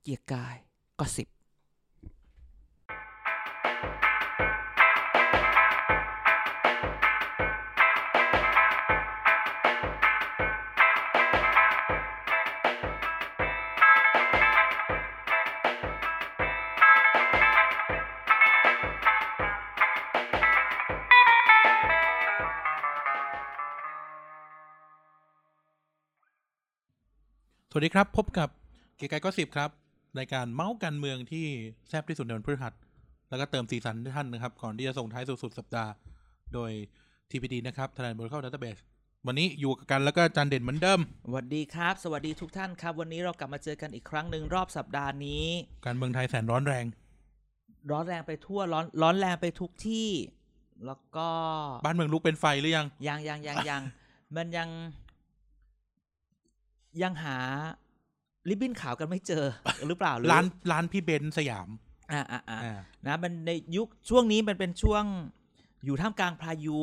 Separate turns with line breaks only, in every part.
กียร์กายก็10
สวัสดีครับพบกับเกียร์กายก็10ครับรายการเมาส์การเมืองที่แซ่บที่สุดในวันพฤหัสแล้วก็เติมสีสันให้ท่านนะครับก่อนที่จะส่งท้ายสุดสัปดาห์โดย TPD นะครับทนายบริเข้าดัตเตอร์เบสวันนี้อยู่กันแล้วก็จันเด่นเหมือนเดิม
สวัสดีครับสวัสดีทุกท่านครับวันนี้เรากลับมาเจอกันอีกครั้งหนึ่งรอบสัปดาห์นี้
การเมืองไทยแสนร้อนแรง
ไปทั่วร้อนแรงไปทุกที่แล้วก็
บ้านเมืองลุกเป็นไฟหรือยัง
มันยังหาริบบิ้นขาวกันไม่เจอหรือเปล่าหรือ
ร้านพี่เบนซ์สยาม
นะมันในยุคช่วงนี้มันเป็นช่วงอยู่ท่ามกลางพายุ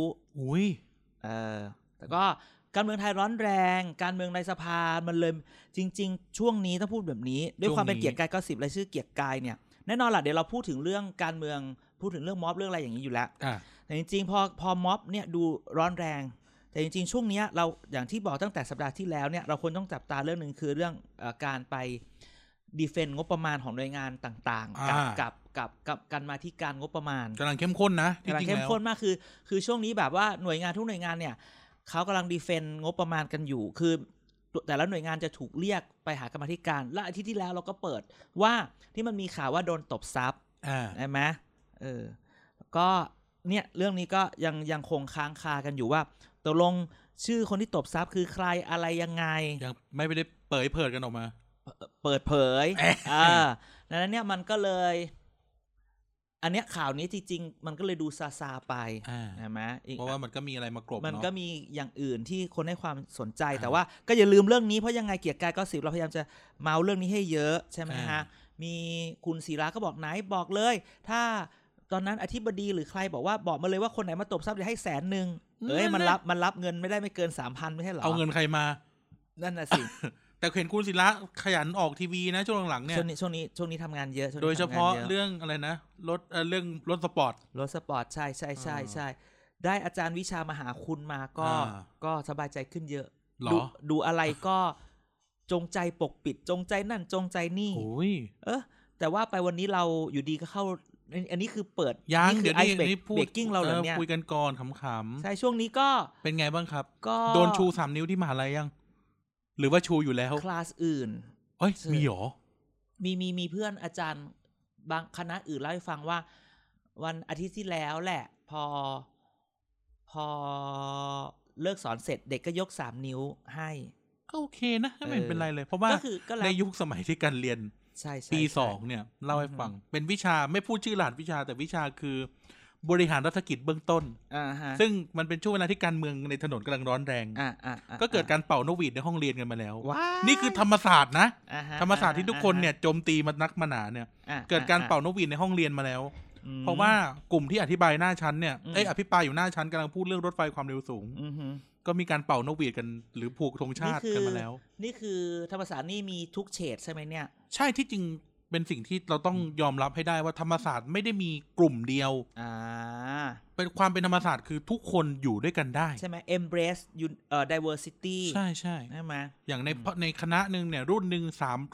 แต่ก็การเมืองไทยร้อนแรงการเมืองในสภามันเลยจริงๆช่วงนี้ต้องพูดแบบนี้ด้วยความเป็นเกียรติกายก็10รายชื่อเกียรติกายเนี่ยแน่นอนล่ะเดี๋ยวเราพูดถึงเรื่องการเมืองพูดถึงเรื่องม็อบเรื่องอะไรอย่างนี้อยู่แล้วแต่จริงๆพอม็อบเนี่ยดูร้อนแรงแต่จริงๆช่วงนี้เราอย่างที่บอกตั้งแต่สัปดาห์ที่แล้วเนี่ยเราควรต้องจับตาเรื่องนึงคือเรื่องการไปดีเฟนต์งบประมาณของหน่วยงานต่างๆกับการมาที่การงบประมาณ
กำลังเข้มข้นนะ
กำลังเข้มข้นมากคือช่วงนี้แบบว่าหน่วยงานทุกหน่วยงานเนี่ยเขากำลังดีเฟนต์งบประมาณกันอยู่คือแต่ละหน่วยงานจะถูกเรียกไปหากรรมาธิการและอาทิตย์ที่แล้วเราก็เปิดว่าที่มันมีข่าวว่าโดนตบทรัพย์ใช่ไหมก็เนี่ยเรื่องนี้ก็ยังคงค้างคากันอยู่ว่าตกลงชื่อคนที่ตบทรัพย์คือใครอะไรยังไง
ยังไม่ได้เปิดเผยกันออกมา
เปิดเผยดังนั้นเนี่ยมันก็เลยอันเนี้ยข่าวนี้จริงๆมันก็เลยดูซาๆไปใช่ไหม
เพราะว่ามันก็มีอะไรมากรบ
มันก็มีอย่างอื่นที่คนให้ความสนใจแต่ว่าก็อย่าลืมเรื่องนี้เพราะยังไงเกียรติกายก็10เราพยายามจะเมาเรื่องนี้ให้เยอะใช่ไหมฮะมีคุณศิระก็บอกไหนบอกเลยถ้าตอนนั้นอธิบดีหรือใครบอกมาเลยว่าคนไหนมาตบทรัพย์จะให้100,000มันรับเงินไม่ได้ไม่เกิน 3,000 ไม่ใช่หรอ
เอาเงินใครมา
นั่นน่ะสิ
แต่เห็นคุณศิระขยันออกทีวีนะช่วงหลังๆเนี่ย
ช่วงนี้ทำงานเยอะ
โดยเฉพาะเรื่องอะไรนะเรื่องรถสปอร์ต
ใช่ได้อาจารย์วิชามหาคุณมาก็สบายใจขึ้นเยอะดูอะไรก็จงใจปกปิดจงใจนั่นจงใจนี่แต่ว่าไปวันนี้เราอยู่ดีก็เข้าอันนี้คือเปิด
นี่คือไอซ์เบรก
กิ้งเราเหรอเนี่ย
คุยกันก่อนขำๆ
ใช่ช่วงนี้ก็
เป็นไงบ้างครับก็โดนชู3นิ้วที่มหาลัยยังหรือว่าชูอยู่แล้ว
คลาสอื่น
มีหรอ
มีเพื่อนอาจารย์บางคณะอื่นเล่าให้ฟังว่าวันอาทิตย์ที่แล้วแหละพอเลิกสอนเสร็จเด็กก็ยก3นิ้วให้
โอเคนะไม่เป็นไรเลยเพราะว่าในยุคสมัยที่การเรียนปี2เนี่ยเล่าให้ฟังเป็นวิชาไม่พูดชื่อรหัสวิชาแต่วิชาคือบริหารรัฐกิจเบื้องต้นซึ่งมันเป็นช่วงเวลาที่การเมืองในถนนกำลังร้อนแรงก็เกิดการเป่านกหวีดในห้องเรียนกันมาแล้วนี่คือธรรมศาสตร์นะธรรมศาสตร์ที่ทุกคนเนี่ยโจมตีมานักมาหนาเนี่ยเกิดการเป่านกหวีดในห้องเรียนมาแล้วเพราะว่ากลุ่มที่อธิบายหน้าชั้นเนี่ยอภิปรายอยู่หน้าชั้นกำลังพูดเรื่องรถไฟความเร็วสูงก็มีการเป่านกหวีดกันหรือผูกธงชาติกันมาแล้ว
นี่คือธรรมศาสตร์นี่มีทุกเฉดใช่ไหมเนี่ย
ใช่ที่จริงเป็นสิ่งที่เราต้องยอมรับให้ได้ว่าธรรมศาสตร์ไม่ได้มีกลุ่มเดียวเป็นความเป็นธรรมศาสตร์คือทุกคนอยู่ด้วยกันได้
ใช่ไหม embrace diversity
ใช่ใช่ไหมอย่างในคณะหนึ่งเนี่ยรุ่นหนึ่ง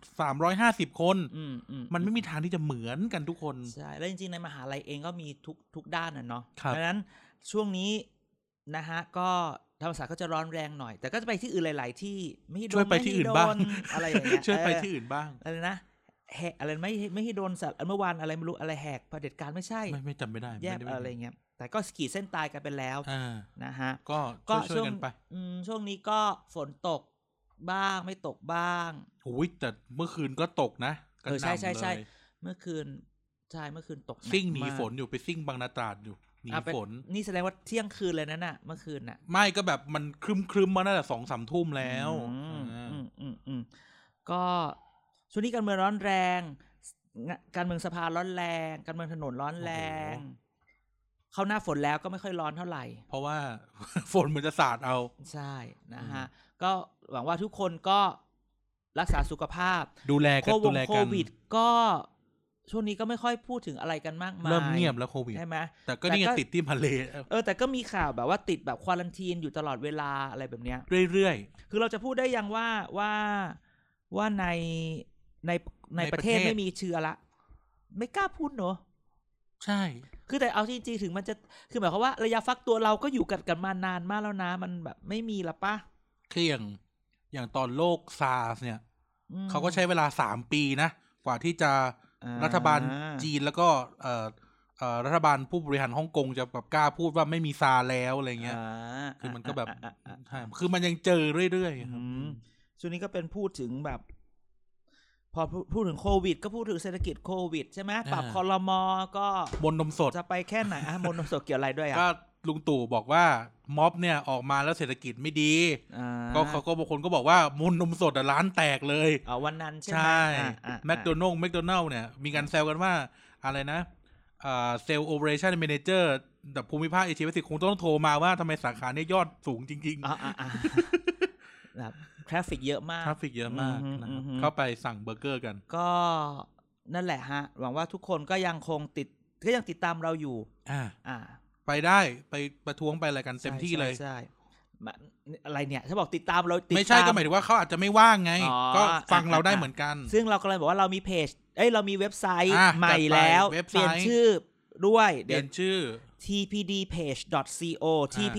350 คนมันไม่มีทางที่จะเหมือนกันทุกคน
ใช่แล้วจริงๆในมหาลัยเองก็มีทุกด้านเนาะดังนั้นช่วงนี้นะฮะก็ธรรมศาสตร์ก็จะร้อนแรงหน่อยแต่ก็จะไปที่อื่นหลายๆที่ไม่โดน
ช่วยไปที่อื่นบ้าง
อะไรอย่างเงี้ย
ช่วยไปที่อื่นบ้าง
อะไรนะแหกอะไรไม่ให้โดนสัตว์เมื่อวานอะไรไม่รู้อะไรแหกเผด็จการไม่ใช่
ไม่จำไม่ได้
แยกอะไรเงี้ยแต่ก็ขีดเส้นตายกันไปแล้วนะฮะ
ก็ช่วยกันไป
ช่วงนี้ก็ฝนตกบ้างไม่ตกบ้าง
โอ้ยแต่เมื่อคืนก็ตกนะ
ใช่เมื่อคืนตก
ซิ่งหนีฝนอยู่ไปซิ่งบางนาตราดอยู่หนีฝน
นี่แสดงว่าเที่ยงคืนเลยนั่นน่ะเมื่อคืนน่ะ
ไม่ก็แบบมันครึ้มมาตั้งแต่ 2-3 ทุ่มแล้ว
ก็ช่วงนี้การเมืองร้อนแรงการเมืองสภาร้อนแรงการเมืองถนนร้อนแรงเข้าหน้าฝนแล้วก็ไม่ค่อยร้อนเท่าไหร่
เพราะว่าฝนมันจะสาดเอา
ใช่นะฮะก็หวังว่าทุกคนก็รักษาสุขภาพ
ดูแลกัน
โควิดก็ช่วงนี้ก็ไม่ค่อยพูดถึงอะไรกันมากมาย
เริ่มเงียบแล้วโควิด
ใช่ไหม
แต่ก็นี่ติดที่มาเล
แต่ก็มีข่าวแบบว่าติดแบบควอรันทีนอยู่ตลอดเวลาอะไรแบบเนี้ย
เรื่อย
ๆคือเราจะพูดได้ยังว่าในประเทศไม่มีเชื้อละไม่กล้าพูดเนอะ
ใช่
คือแต่เอาจริงๆถึงมันจะคือหมายความว่าระยะฟักตัวเราก็อยู่กันมานานมากแล้วนะมันแบบไม่มีละป่ะ
คืออย่างตอนโรคซาร์สเนี่ยเขาก็ใช้เวลา3 ปีนะกว่าที่จะรัฐบาลจีนแล้วก็รัฐบาลผู้บริหารฮ่องกงจะแบบกล้าพูดว่าไม่มีซาร์แล้วอะไรเงี้ยคือมันก็แบบใช่คือมันยังเจอเรื่อยๆครับ
ช่วงนี้ก็เป็นพูดถึงแบบพอพูดถึงโควิดก็พูดถึงเศรษฐกิจโควิดใช่ไหมปรับครม.ก็
มนต์นมสด
จะไปแค่ไหนมนต์นมสดเกี่ยวอะไรด้วย
ก็ลุงตู่บอกว่าม็อบเนี่ยออกมาแล้วเศรษฐกิจไม่ดีก็เขาก็บางคนก็บอกว่ามนต์นมสดร้านแตกเลย
วันนั้นใช่
ไหมใช่แมคโดนัลด์เนี่ยมีการแซวกันว่าอะไรนะเซลล์โอเปอเรชั่นแมเนเจอร์แบบภูมิภาคเอเชียแปซิฟิกคงต้องโทรมาว่าทำไมสาขาเนี่ยยอดสูงจริง
ๆแบบทราฟฟิกเยอะมาก
นะครับเข้าไปสั่งเบอร์เกอร์กัน
ก็นั่นแหละฮะหวังว่าทุกคนก็ยังคงติดตามเราอยู่
ไปได้ไปประท้วงไปอะไรกันเต็มที่เลย
ใช่อะไรเนี่ยถ้าบอกติดตามเรา
ไม่ใช่ก็หมายถึงว่าเขาอาจจะไม่ว่างไงก็ฟังเราได้เหมือนกัน
ซึ่งเราก็เลยบอกว่าเรามีเพจเรามีเว็บไซต์ใหม่แล้วเปลี่ยนชื่อด้วย
เปลี่ยนชื่อ
tpdpage.co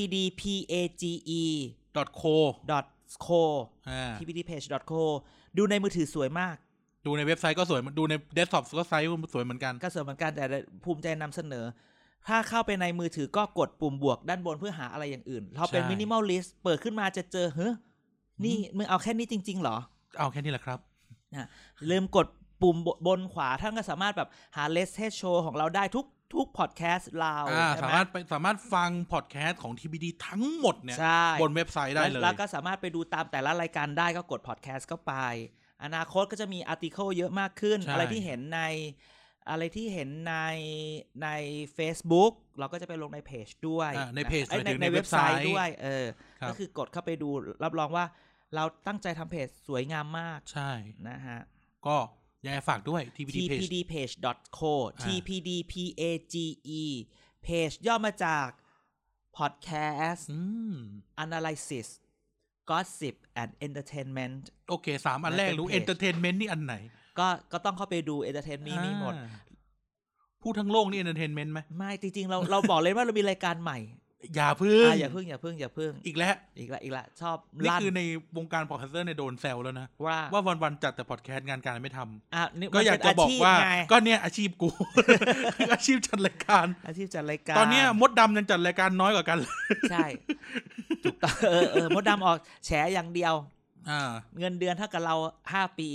tpdpage.co tpdpage.co ดูในมือถือสวยมาก
ดูในเว็บไซต์ก็สวยดูในเดสก์ท็อปก็ไซต์สวยเหมือนกัน
ก็สวยเหมือนกันแต่ภูมิใจนำเสนอถ้าเข้าไปในมือถือก็กดปุ่มบวกด้านบนเพื่อหาอะไรอย่างอื่นเราเป็นมินิมอลลิสต์เปิดขึ้นมาจะเจอนี่มึงเอาแค่นี้จริงๆเหรอ
เอาแค่นี้แหละครับ
ลืมกดปุ่มบนขวาท่านก็สามารถแบบหา Let's Test Show ของเราได้ทุกพอดแคสต์เรา
สามารถฟังพอดแคสต์ของ TBD ทั้งหมดเนี่ยบนเว็บไซต์ได้เลย
แล้วก็สามารถไปดูตามแต่ละรายการได้ก็กดพอดแคสต์เข้าไปอนาคตก็จะมีอาร์ติเคิลเยอะมากขึ้นอะไรที่เห็นใน Facebook เราก็จะไปลงในเพจด้วย
ในเพจ
ในเว็บไซต์ด้วยก็คือกดเข้าไปดูรับรองว่าเราตั้งใจทำเพจสวยงามมาก
ใช่
นะฮะ
ก็ยังไงฝากด้วย
tpdpage.co tpdpage page ย่อมาจาก podcast analysis gossip and entertainment
โอเค3อันแรกรู้ entertainment นี่อันไหน
ก็ต้องเข้าไปดู entertainment มีหมด
พูดทั้งโลกนี่ entertainment ไหม
ไม่จริงๆเราบอกเลยว่าเรามีรายการใหม่
อย่าพึ่ง
อย่าพึ่ง
อีกแล้ว
ชอบ
นี่คือในวงการพอดแคสเตอร์เนี่ยโดนแซวแล้วนะว่าวันๆจัดแต่พอดแคสต์งานการไม่ทำก็อยากจะบอกว่าก็เนี่ยอาชีพกู อาชีพจัดรายการตอนนี้มดดำยังจัดรายการน้อยกว่ากัน
ใช่ถูกต้องมดดำออกแฉอย่างเดียวเงินเดือนเท่ากับเรา5 ปี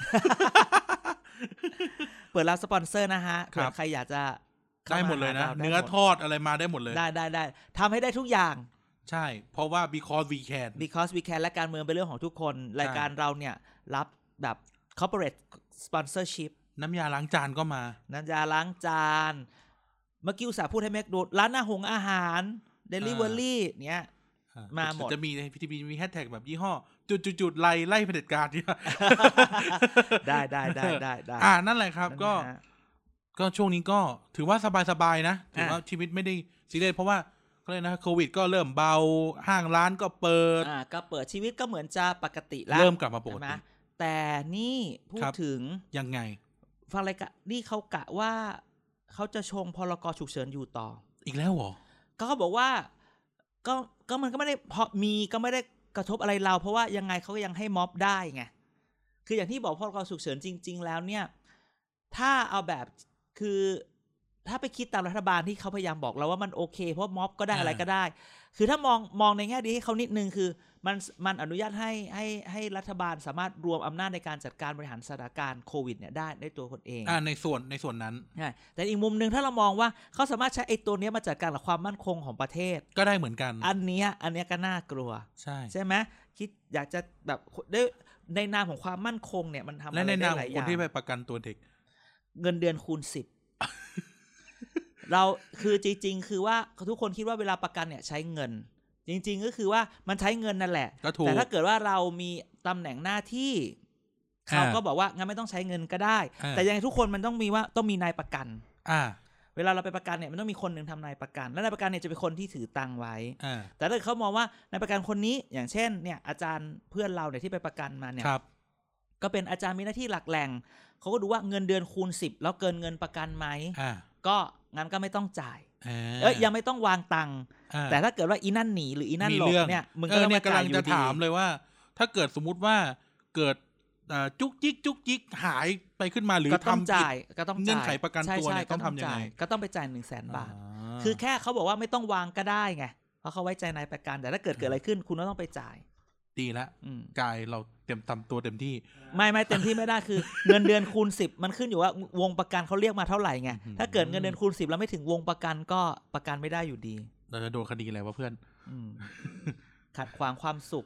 เปิดรับสปอนเซอร์นะฮะใครอยากจะ
ได้หมดเลยนะเนื้อทอดอะไรมาได้หมดเลย
ได้ทำให้ได้ทุกอย่าง
ใช่เพราะว่า because we
can และการเมืองเป็นเรื่องของทุกคนรายการเราเนี่ยรับแบบ corporate sponsorship
น้ำยาล้างจานก็มา
น้ำยาล้างจานเมื่อกี้อุตส่าห์พูดให้แม็กดูร้านอาหาร delivery เนี่ยมาหมด
จะมีแฮชแท็กแบบยี่ห้อจุดๆไล่เผด็จการเนี่ย
ได้
นั่นแหละครับก็ช่วงนี้ก็ถือว่าสบายๆนะถือว่าชีวิตไม่ได้ซีเรียสเพราะว่าเขาเรียกนะโควิดก็เริ่มเบาห้างร้านก็เปิด
ชีวิตก็เหมือนจะปกติแล้ว
เริ่มกลับมาปกติ
แต่นี่พูดถึง
ยังไง
ฟังรายการนี่เขากะว่าเขาจะชงพรก.ฉุกเฉินอยู่ต่อ
อีกแล้วเหรอ
ก็เขาบอกว่าก็มันก็ไม่ได้พอมีก็ไม่ได้กระทบอะไรเราเพราะว่ายังไงเขาก็ยังให้ม็อบได้ไงคืออย่างที่บอกพรก.ฉุกเฉินจริงๆแล้วเนี่ยถ้าเอาแบบคือถ้าไปคิดตามรัฐบาลที่เขาพยายามบอกเราว่ามันโอเคเพราะม็อบก็ได้อะไรก็ได้คือถ้ามองในแง่ดีให้เขานิดนึงคือมันอนุญาตให้รัฐบาลสามารถรวมอำนาจในการจัดการบริหารสถานการณ์โควิดเนี่ยได้ตัวคนเอง
ในส่วนนั้น
ใช่แต่อีกมุมนึงถ้าเรามองว่าเขาสามารถใช้ไอ้ตัวนี้มาจัดการกับความมั่นคงของประเทศ
ก็ได้เหมือนกัน
อันนี้ก็น่ากลัวใช่ไหมคิดอยากจะแบบในนามของความมั่นคงเนี่ยมันทำอะไรได้หลายอย่างและในนาม
คนที่ไปประกันตัวเด็ก
เงินเดือนคูณ10เราคือจริงๆคือว่าทุกคนคิดว่าเวลาประกันเนี่ยใช้เงินจริงๆก็คือว่ามันใช้เงินนั่นแหละแต่ถ้าเกิดว่าเรามีตำแหน่งหน้าที่เขาก็บอกว่างั้นไม่ต้องใช้เงินก็ได้แต่ยังไงทุกคนมันต้องมีว่าต้องมีนายประกันเวลาเราไปประกันเนี่ยมันต้องมีคนหนึ่งทำนายประกันและนายประกันเนี่ยจะเป็นคนที่ถือตังไว้แต่ถ้าเขามองว่านายประกันคนนี้อย่างเช่นเนี่ยอาจารย์เพื่อนเราเนี่ยที่ไปประกันมาเนี่ยก็เป็นอาจารย์มีหน้าที่หลักแหล่งเขาก็ดูว่าเงินเดือนคูณ10แล้วเกินเงินประกันไหมก็งั้นก็ไม่ต้องจ่ายยังไม่ต้องวางตังค์แต่ถ้าเกิดว่าอีนั่นหนีหรืออีนั่นหลบเนี่ยมึงก็ต้องมาจ่ายอยู่ดีกำลังจะถามเลยว่าถ้าเกิดสมมุติว่าเกิดจุกจิกหายไปขึ้นมาหรือทำจ่ายก็ต้องเงื่อนไขประกันตัวเนี่ยต้องทำยังไงก็ต้องไปจ่าย 100,000 บาทคือแค่เขาบอกว่าไม่ต้องวางก็ได้ไงเพราะเขาไว้ใจนายประกันแต่ถ้าเกิดอะไรขึ้นคุณก็ต้องไปจ่ายดีละกายเราเต็มทำตัวเต็มที่ไม่เต็มที่ไม่ได้คือเงินเดือนคูณ10มันขึ้นอยู่ว่าวงประกันเขาเรียกมาเท่าไหร่ไงถ้าเกิดเงินเดือนคูณ10แล้วไม่ถึงวงประกันก็ประกันไม่ได้อยู่ดีเราจะโดนคดีอะไรวะเพื่อนขัดขวางความสุข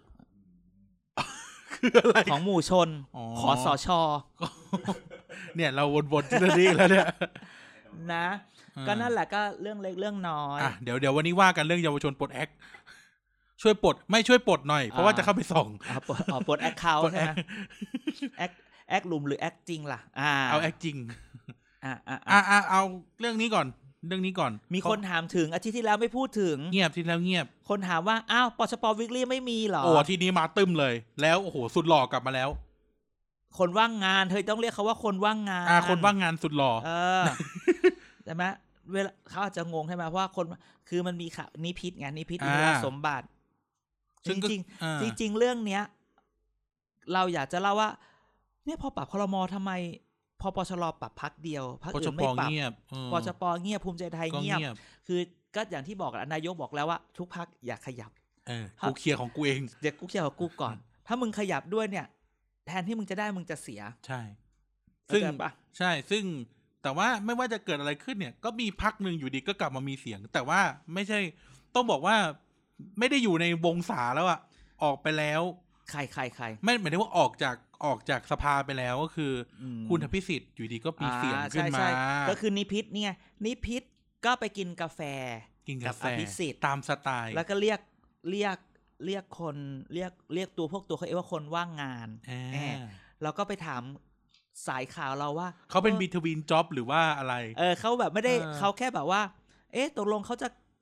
ของหมู่ชนขอสชเนี่ยเราวนๆที่นี่แล้วเนี่ยนะก็นั่นแหละก็เรื่องเล็กเรื่องน้อยเดี๋ยววันนี้ว่ากันเรื่องเยาวชนปลดแอคช่วยปลดไม่ช่วยปลดหน่อยเพราะว่าจะเข้าไปส่องปลดแอคเคาท์ใช่ไหมแอคลุมหรือแอคจริงล่ะเอาแอคจริงเอาเรื่องนี้ก่อนมีคนถามถึงอาทิตย์ที่แล้วไม่พูดถึงเงียบที่แล้วเงียบคนถามว่าอ้าวปชป.วีคลี่ไม่มีหรอโอ้ทีนี้มาตึมเลยแล้วโอ้โหสุดหล่อกลับมาแล้วคนว่างงานเธอต้องเรียกเขาว่าคนว่างงานคนว่างงานสุดหล่อใช่ไหมเวลาเขาอาจจะงงใช่ไหมเพราะว่าคนคือมันมีค่ะนิพิษไงนิพิษอินทรสมบัติจริงเรื่องเนี้ยเราอยากจะเล่าว่าเนี่ยพอปรับครม.ทำไมพอปชรปรับพักเดียวพักอื่นไม่ปรับปชปเงียบภูมิใจไทยเงียบคือก็อย่างที่บอกนายกบอกแล้วว่าทุกพักอย่าขยับกูเคลียร์ของกูเองเดี๋ยวกูเคลียร์ของกูก่อนถ้ามึงขยับด้วยเนี่ยแทนที่มึงจะได้มึงจะเสียใช่ซึ่งแต่ว่าไม่ว่าจะเกิดอะไรขึ้นเนี่ยก็มีพักหนึ่งอยู่ดีก็กลับมามีเสียงแต่ว่าไม่ใช่ต้องบอกว่าไม่ได้อยู่ในวงศาแล้วอะออกไปแล้วใครไม่หมายถึงว่าออกจากสภาไปแล้วก็คือคุณอภิสิทธิ์อยู่ดีก็มีเสียงขึ้นมาก็คือนิพิษเนี่ยนิพิษก็ไปกินกาแฟกับอภิสิทธิ์ตามสไตล์แล้วก็เรียกคนเรียกตัวพวกตัวเขาว่าคนว่างงานเราก็ไปถามสายข่าวเราว่าเขาเป็นบีทวีนจ็อบหรือว่าอะไรเขาแบบไม่ได้เขาแค่แบบว่าตกลงเขา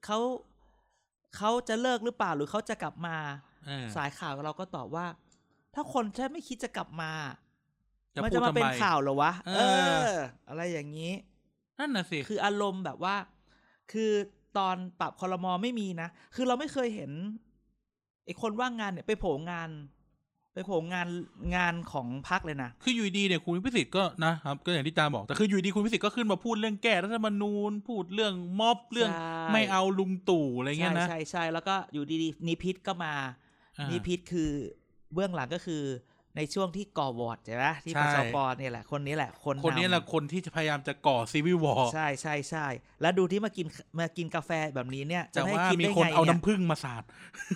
จะเลิกหรือเปล่าหรือเขาจะกลับมาสายข่าวเราก็ตอบว่าถ้าคนแค่ไม่คิดจะกลับมามันจะมาเป็นข่าวเหรอวะอะไรอย่างนี้นั่นน่ะสิคืออารมณ์แบบว่าคือตอนปรับครม.ไม่มีนะคือเราไม่เคยเห็นไอ้คนว่างงานเนี่ยไปโผล่งานของพรรคเลยนะคืออยู่ดีเนี่ยคุณพิสิทธิ์ก็นะครับก็อย่างที่จาบอกแต่คืออยู่ดีคุณพิสิทธิ์ก็ขึ้นมาพูดเรื่องแก้รัฐธรรมนูญพูดเรื่องม็อบเรื่องไม่เอาลุงตู่อะไรเงี้ยนะใช่แล้วก็อยู่ดีๆนิพิษก็มานิพิษคือเบื้องหลังก็คือในช่วงที่ก่อวอร์ดใช่ไหมที่ปชป.เนี่ยแหละคนนี้แหละคนนี้แหละคนที่จะพยายามจะก่อซีวิลวอร์ใช่แล้วดูที่มากินกาแฟแบบนี้เนี่ยจะให้คิดได้ไงมีคนเอาน้ำผึ้งมาสาด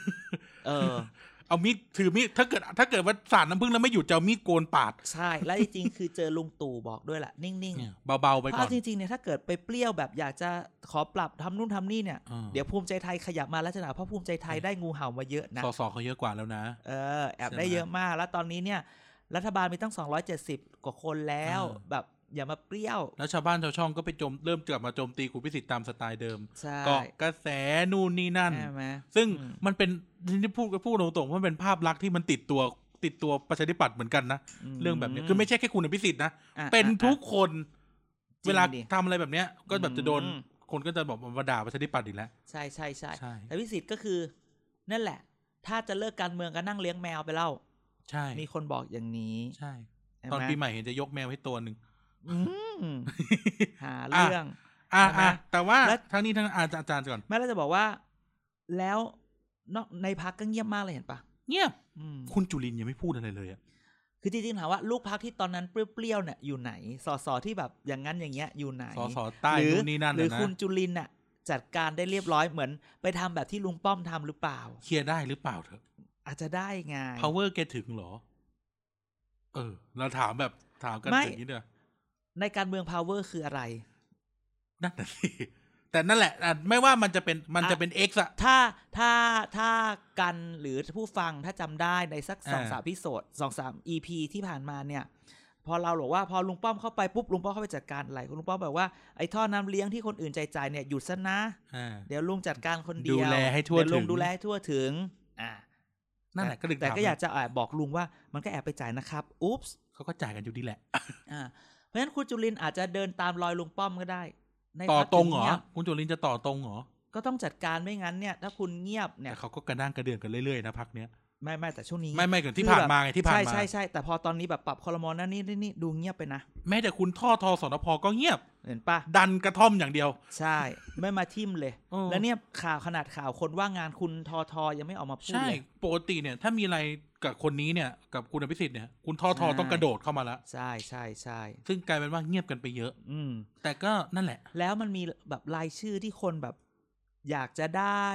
เอามีดถือมีดถ้าเกิดว่าสาดน้ำผึ้งแล้วไม่หยุดจะเอามีดโกนปาดใช่แล้วจริงๆคือเจอลุงตู่บอกด้วยแหละนิ่งๆเบาๆไปก่อนเพราะจริงๆเนี่ยถ้าเกิดไปเปรี้ยวแบบอยากจะขอปรับทำนู่นทำนี่เนี่ยเดี๋ยวภูมิใจไทยขยับมาแล้วจะหนาเพราะภูมิใจไทยได้งูเห่ามาเยอะนะส.เขาเยอะกว่าแล้วนะแอบได้เยอะมากแล้วตอนนี้เนี่ยรัฐบาลมีตั้ง270กว่าคนแล้วแบบอย่ามาเปรี้ยวแล้วชาวบ้านชาวช่องก็ไปเริ่มกลับมาโจมตีคุณพิสิทธิ์ตามสไตล์เดิมก็กระแสนู่นนี่นั่นซึ่งมันเป็นที่พูดตรงๆว่ามันเป็นภาพลักษณ์ที่มันติดตัวประชาธิปัตย์เหมือนกันนะเรื่องแบบนี้คือไม่ใช่แค่คุณพิสิทธิ์นะเป็นทุกคนเวลาทำอะไรแบบนี้ก็แบบจะโดนคนก็จะบอกมาด่าประชาธิปัตย์อีกแล้วใช่แต่พิสิทธิ์ก็คือนั่นแหละถ้าจะเลิกการเมืองก็นั่งเลี้ยงแมวไปเล่าใช่มีคนบอกอย่างนี้ใช่ตอนปีใหม่เห็นจะยกแมวให้ตัวนึงหาเรื่องแต่ว่าทั้งนี้ทั้งอาจารย์ก่อนแม่เราจะบอกว่าแล้วในพรรคก็เงียบมากเลยเห็นปะเงียบคุณจุลินยังไม่พูดอะไรเลยอ่ะคือจริงๆถามว่าลูกพรรคที่ตอนนั้นเปรี้ยวๆเนี่ยอยู่ไหนสสที่แบบอย่างนั้นอย่างเงี้ยอยู่ไหนสใต้นู่นนี่นั่นหรือคุณจุลินน่ะจัดการได้เรียบร้อยเหมือนไปทำแบบที่ลุงป้อมทำหรือเปล่าเคลียร์ได้หรือเปล่าเถอะอาจจะได้ไง power แกถึงเหรอเราถามกันอย่างนี้เด้อในการเมือง power คืออะไรนั่นน่ะสิแต่
แต่นั่นแหละไม่ว่ามันจะเป็นX อะ
ถ้ากันหรือผู้ฟังถ้าจำได้ในสัก2-3 พิโซด 2-3 EP ที่ผ่านมาเนี่ยพอเราบอกว่าพอลุงป้อมเข้าไปปุ๊บลุงป้อมเข้าไปจัดการอะไรลุงป้อมบอกว่าไอ้ท่อน้ำเลี้ยงที่คนอื่นจ่ายเนี่ยหยุดซะนะเดี๋ยวลุงจัดการคนเดียว
ดูแลให้ทั่วถึง
ลุงดูแลให้ทั่วถึง
นั่นแหละ
แต่ก็อยากจะบอกลุงว่ามันก็แอบไปจ่ายนะครับอุ๊ปส์
เขาก็จ่ายกันอยู่ดีแหละ
เพราะฉะนั้นคุณจุลินอาจจะเดินตามรอยลุงป้อมก็ได้
ต่อตรงเหรอคุณจุลินจะต่อตรงเหรอ
ก็ต้องจัดการไม่งั้นเนี่ยถ้าคุณเงียบเนี่ย
เขาก็กระด้างกระเดื่องกันเรื่อยๆนะพักเนี้ย
ไม่แต่ช่วงนี้
ไม่กันที่ผ่านมาไงที่ผ่านมา
ใช่แต่พอตอนนี้แบบปรับครม.นั่นนี่ดูเงียบไปนะ
แม้แต่คุณทสนพก็เงียบ
เห็นปะ
ดันกระท่อมอย่างเดียว
ใช่ไม่มาทิ่มเลยแล้วเนี่ยขนาดข่าวคนว่างงานคุณทยังไม่ออกมาพูดเลย
ใช่ปกติเนี่ยถ้ามีอะไรกับคนนี้เนี่ยกับคุณอภิสิทธิ์เนี่ยคุณทต้องกระโดดเข้ามาแล้ว
ใช่
ซึ่งกลายเป็นว่าเงียบกันไปเยอะแต่ก็นั่นแหละ
แล้วมันมีแบบรายชื่อที่คนแบบอยากจะได้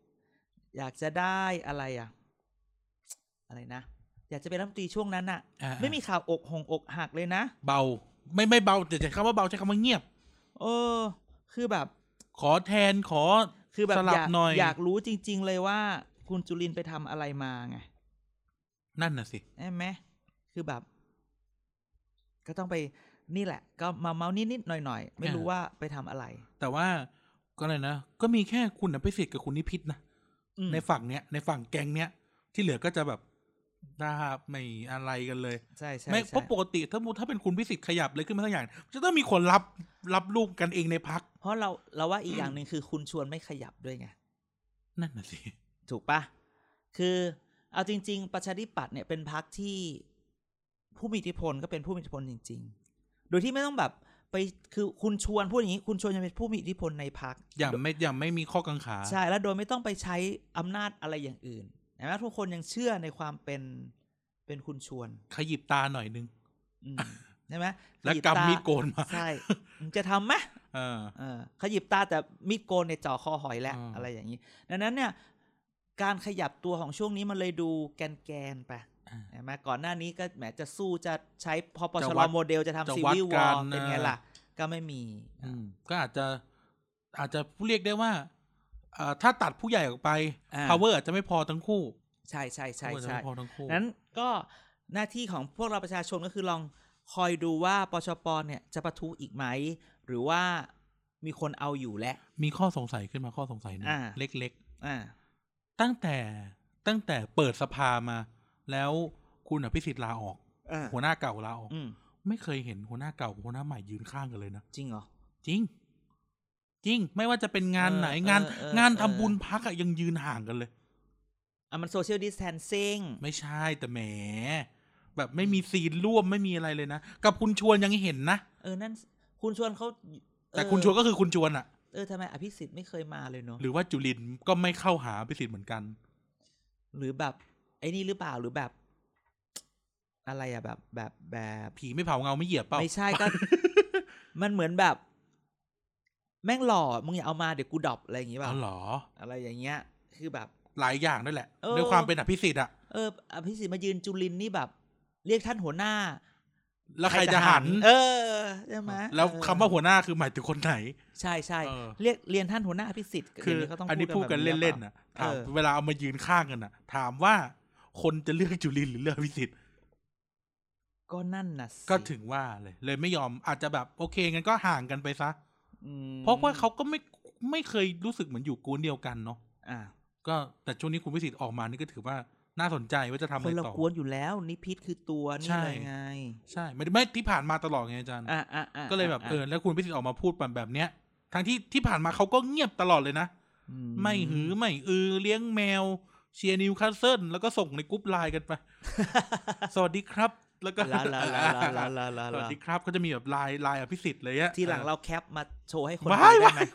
อะไรนะอยากจะเป็นรัฐมนตรีช่วงนั้นน่ะไม่มีข่าวอกหักเลยนะ
เบาไม่เบาแต่ใช้คำว่าเบาใช้คำว่าเงียบ
คือแบบ
ขอแทนขอ
คือแบบอยากรู้จริงๆเลยว่าคุณจุลินไปทำอะไรมาไง
นั่นน่ะสิ
ใช่ไหมคือแบบก็ต้องไปนี่แหละก็มาเมานิดๆหน่อยๆไม่รู้ว่าไปทำอะไร
แต่ว่าก็เลยนะก็มีแค่คุณอภิสิทธิ์กับคุณนิพิษนะในฝั่งเนี้ยในฝั่งแก๊งเนี้ยที่เหลือก็จะแบบไม่อะไรกันเลย
ใช่
ไม่เพราะปกติถ้าเป็นคุณพิสิทธิ์ขยับเลยขึ้นมาสักอย่างจะต้องมีคนรับลูกกันเองในพรรค
เพราะเราว่าอีกอย่างนึงคือคุณชวนไม่ขยับด้วยไง
นั่นน่ะสิ
ถูกปะคือเอาจริงๆประชาธิปัตย์เนี่ยเป็นพรรคที่ผู้มีอิทธิพลก็เป็นผู้มีอิทธิพลจริงๆโดยที่ไม่ต้องแบบไปคือคุณชวนพูดอย่างนี้คุณชวนจะเป็นผู้มีอิทธิพลในพรรค
อย่างไม่มีข้อกังขา
ใช่แล้วโดยไม่ต้องไปใช้อำนาจอะไรอย่างอื่นนะทุกคนยังเชื่อในความเป็นคุณชวน
ขยิบตาหน่อยนึง
ใช่ไหม
แล้วกำมีดโกนมา
ใช่จะทำไหมขยิบตาแต่มีดโกนเนี่ยจ่อคอหอยแล้วอะไรอย่างนี้ดังนั้นเนี่ยการขยับตัวของช่วงนี้มันเลยดูแกนไปใช่ไหมก่อนหน้านี้ก็แหมจะสู้จะใช้พปชรโมเดลจะทำซีวิลวอร์เป็นไงล่ะก็ไม่มี
ก็อาจจะเรียกได้ว่าถ้าตัดผู้ใหญ่ออกไป power อาจจะไม่พอทั้งคู่
ใช่นั้นก็หน้าที่ของพวกเราประชาชนก็คือลองคอยดูว่าปชป.เนี่ยจะประทุอีกไหมหรือว่ามีคนเอาอยู่และ
มีข้อสงสัยขึ้นมาข้อสงสัยนึงเล็กๆตั้งแต่เปิดสภามาแล้วคุณอภิสิทธิ์ลาออกหัวหน้าเก่าลาออกไม่เคยเห็นหัวหน้าเก่ากับหัวหน้าใหม่ยืนข้างกันเลยนะ
จริงเหรอ
จริงไม่ว่าจะเป็นงานไหนงานทำบุญพักอะยังยืนห่างกันเลย
มันโซเชียลดิสแทนซิ่ง
ไม่ใช่แต่แหมแบบไม่มีซีนร่วมไม่มีอะไรเลยนะกับคุณชวนยังเห็นนะ
นั่นคุณชวนเขา
แต่คุณชวนก็คือคุณชวนอะ
ทำไมอภิสิทธิ์ไม่เคยมาเลยเนาะ
หรือว่าจุลินก็ไม่เข้าหาอภิสิทธิ์เหมือนกัน
หรือแบบไอ้นี่หรือเปล่าหรือแบบอะไรอะแบบ
ผีไม่เผาเงาไม่เหยียบเปล่า
ไม่ใช่ก็ มันเหมือนแบบแม่งหล่อมึงอย่าเอามาเดี๋ยวกูดรอปอะไรอย่างงี้ป่ะ
หรอ
อะไรอย่างเงี้ยคือแบบ
หลายอย่างด้วยแหละด้วยความเป็นอภิสิทธิ์อะ
อภิสิทธิ์มายืนจุลินนี่แบบเรียกท่านหัวหน้า
แล้วใครจะหัน
ใช่ไหม
แล้วคำว่าหัวหน้าคือหมายถึงคนไหน
ใช่เรียนท่านหัวหน้าอภิสิทธิ์
คืออันนี้พูดกันเล่นๆนะถามเวลาเอามายืนข้างกันนะถามว่าคนจะเลือกจุลินหรือเลือกอภิสิทธิ์
ก็นั่นน่ะ
ก็ถึงว่าเลยไม่ยอมอาจจะแบบโอเคงั้นก็ห่างกันไปซะเพราะว่าเขาก็ไม่เคยรู้สึกเหมือนอยู่กูนเดียวกันเนาะก็แต่ช่วงนี้คุณพิสิทธิ์ออกมานี่ก็ถือว่าน่าสนใจว่าจะทำอะไรต่อ
คนเรากวนอยู่แล้วนิพิษคือตัวนี่อะไรไง
ใช่ไม่ที่ผ่านมาตลอดไงอาจารย์ก็เลยแบบแล้วคุณพิสิทธิ์ออกมาพูดแบบเนี้ยทั้งที่ผ่านมาเขาก็เงียบตลอดเลยนะไม่หือไม่เลี้ยงแมวเชียร์นิวคาสเซิลแล้วก็ส่งในกรุ๊ปไลน์กันไปสวัสดีครับแล้วก็สวัสดีครับก็จะมีแบบไลน์อภิสิทธิ์เลยอะ
ทีหลังเราแคปมาโชว์ให้คน
ดูได้ไหม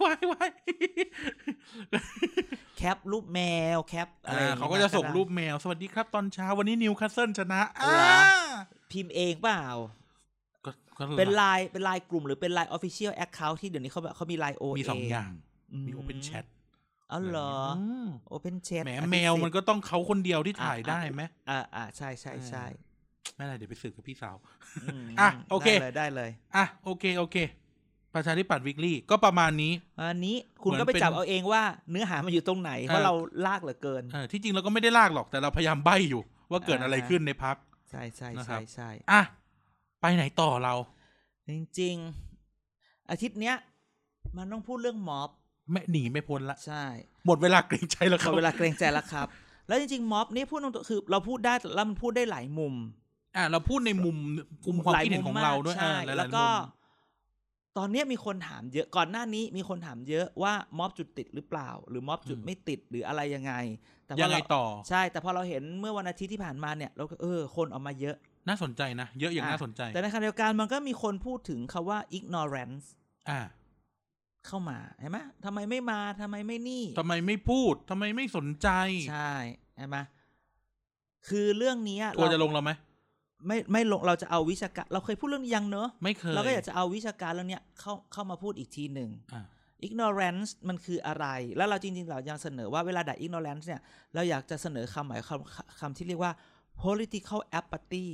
แคปรูปแมวแคปอะไร
เขาก็จะส่งรูปแมวสวัสดีครับตอนเช้าวันนี้นิวคาสเซิลชนะ
พิมพ์เองเปล่าเป็นไลน์กลุ่มหรือเป็นไลน์ Official Account ที่เดี๋ยวนี้เขามีไลน์ OA
มี2อย่างมี Open Chat
เหรอ Open Chat
แมวมันก็ต้องเขาคนเดียวที่ถ่ายได้ไหม
ใช่
ไม่เป็นไรเดี๋ยวไปสืบกับพี่สาว
โอเคได้เลย
โอเคประชาธิปัตย์วีคลี่ก็ประมาณนี้
อันนี้คุณก็ไปจับเอาเองว่าเนื้อหามันอยู่ตรงไหนเพราะเราลากเหลือเกิน
ที่จริงเราก็ไม่ได้ลากหรอกแต่เราพยายามใบ้อยู่ว่าเกิดอะไรขึ้นในพรรค
ใช่ใช่ใช่ใช่
อ่ะไปไหนต่อเรา
จริงๆอาทิตย์เนี้ยมันต้องพูดเรื่องม็อบ
ไม่หนีไม่พ้นละ
ใช่
หมดเวลาเกรงใจแล้วครับ
หมดเวลาเกรงใจแล้วครับแล้วจริงๆม็อบนี่พูดตรงๆคือเราพูดได้แล้วมันพูดได้หลายมุม
เราพูดในมุมความคิดเห็นของเราด้วย
แล้วก็ตอนนี้มีคนถามเยอะก่อนหน้านี้มีคนถามเยอะว่าม็อบจุดติดหรือเปล่าหรือม็อบจุดไม่ติดหรืออะไรยังไง
แต่ยังไงต่อ
ใช่แต่พอเราเห็นเมื่อวันอาทิตย์ที่ผ่านมาเนี่ยเราก็คนออกมาเยอะ
น่าสนใจนะเยอะอย่างน่าสนใจ
แต่ในขณะเดียวกันมันก็มีคนพูดถึงคำว่า ignorance เข้ามาเห็นไหมทำไมไม่มาทำไมไม่นี่
ทำไมไม่พูดทำไมไม่สนใจ
ใช่เห็นไหมคือเรื่องนี้
เราจะลงเราไหม
ไม่ลงเราจะเอาวิชาการเราเคยพูดเรื่องนี้ยังเนอะ
ไม่เคย
เราก็อยากจะเอาวิชาการเรื่องนี้เข้ามาพูดอีกทีหนึ่งignorance มันคืออะไรแล้วเราจริงๆเรายังเสนอว่าเวลาด่า ignorance เนี่ยเราอยากจะเสนอคำหมายคำที่เรียกว่า political apathy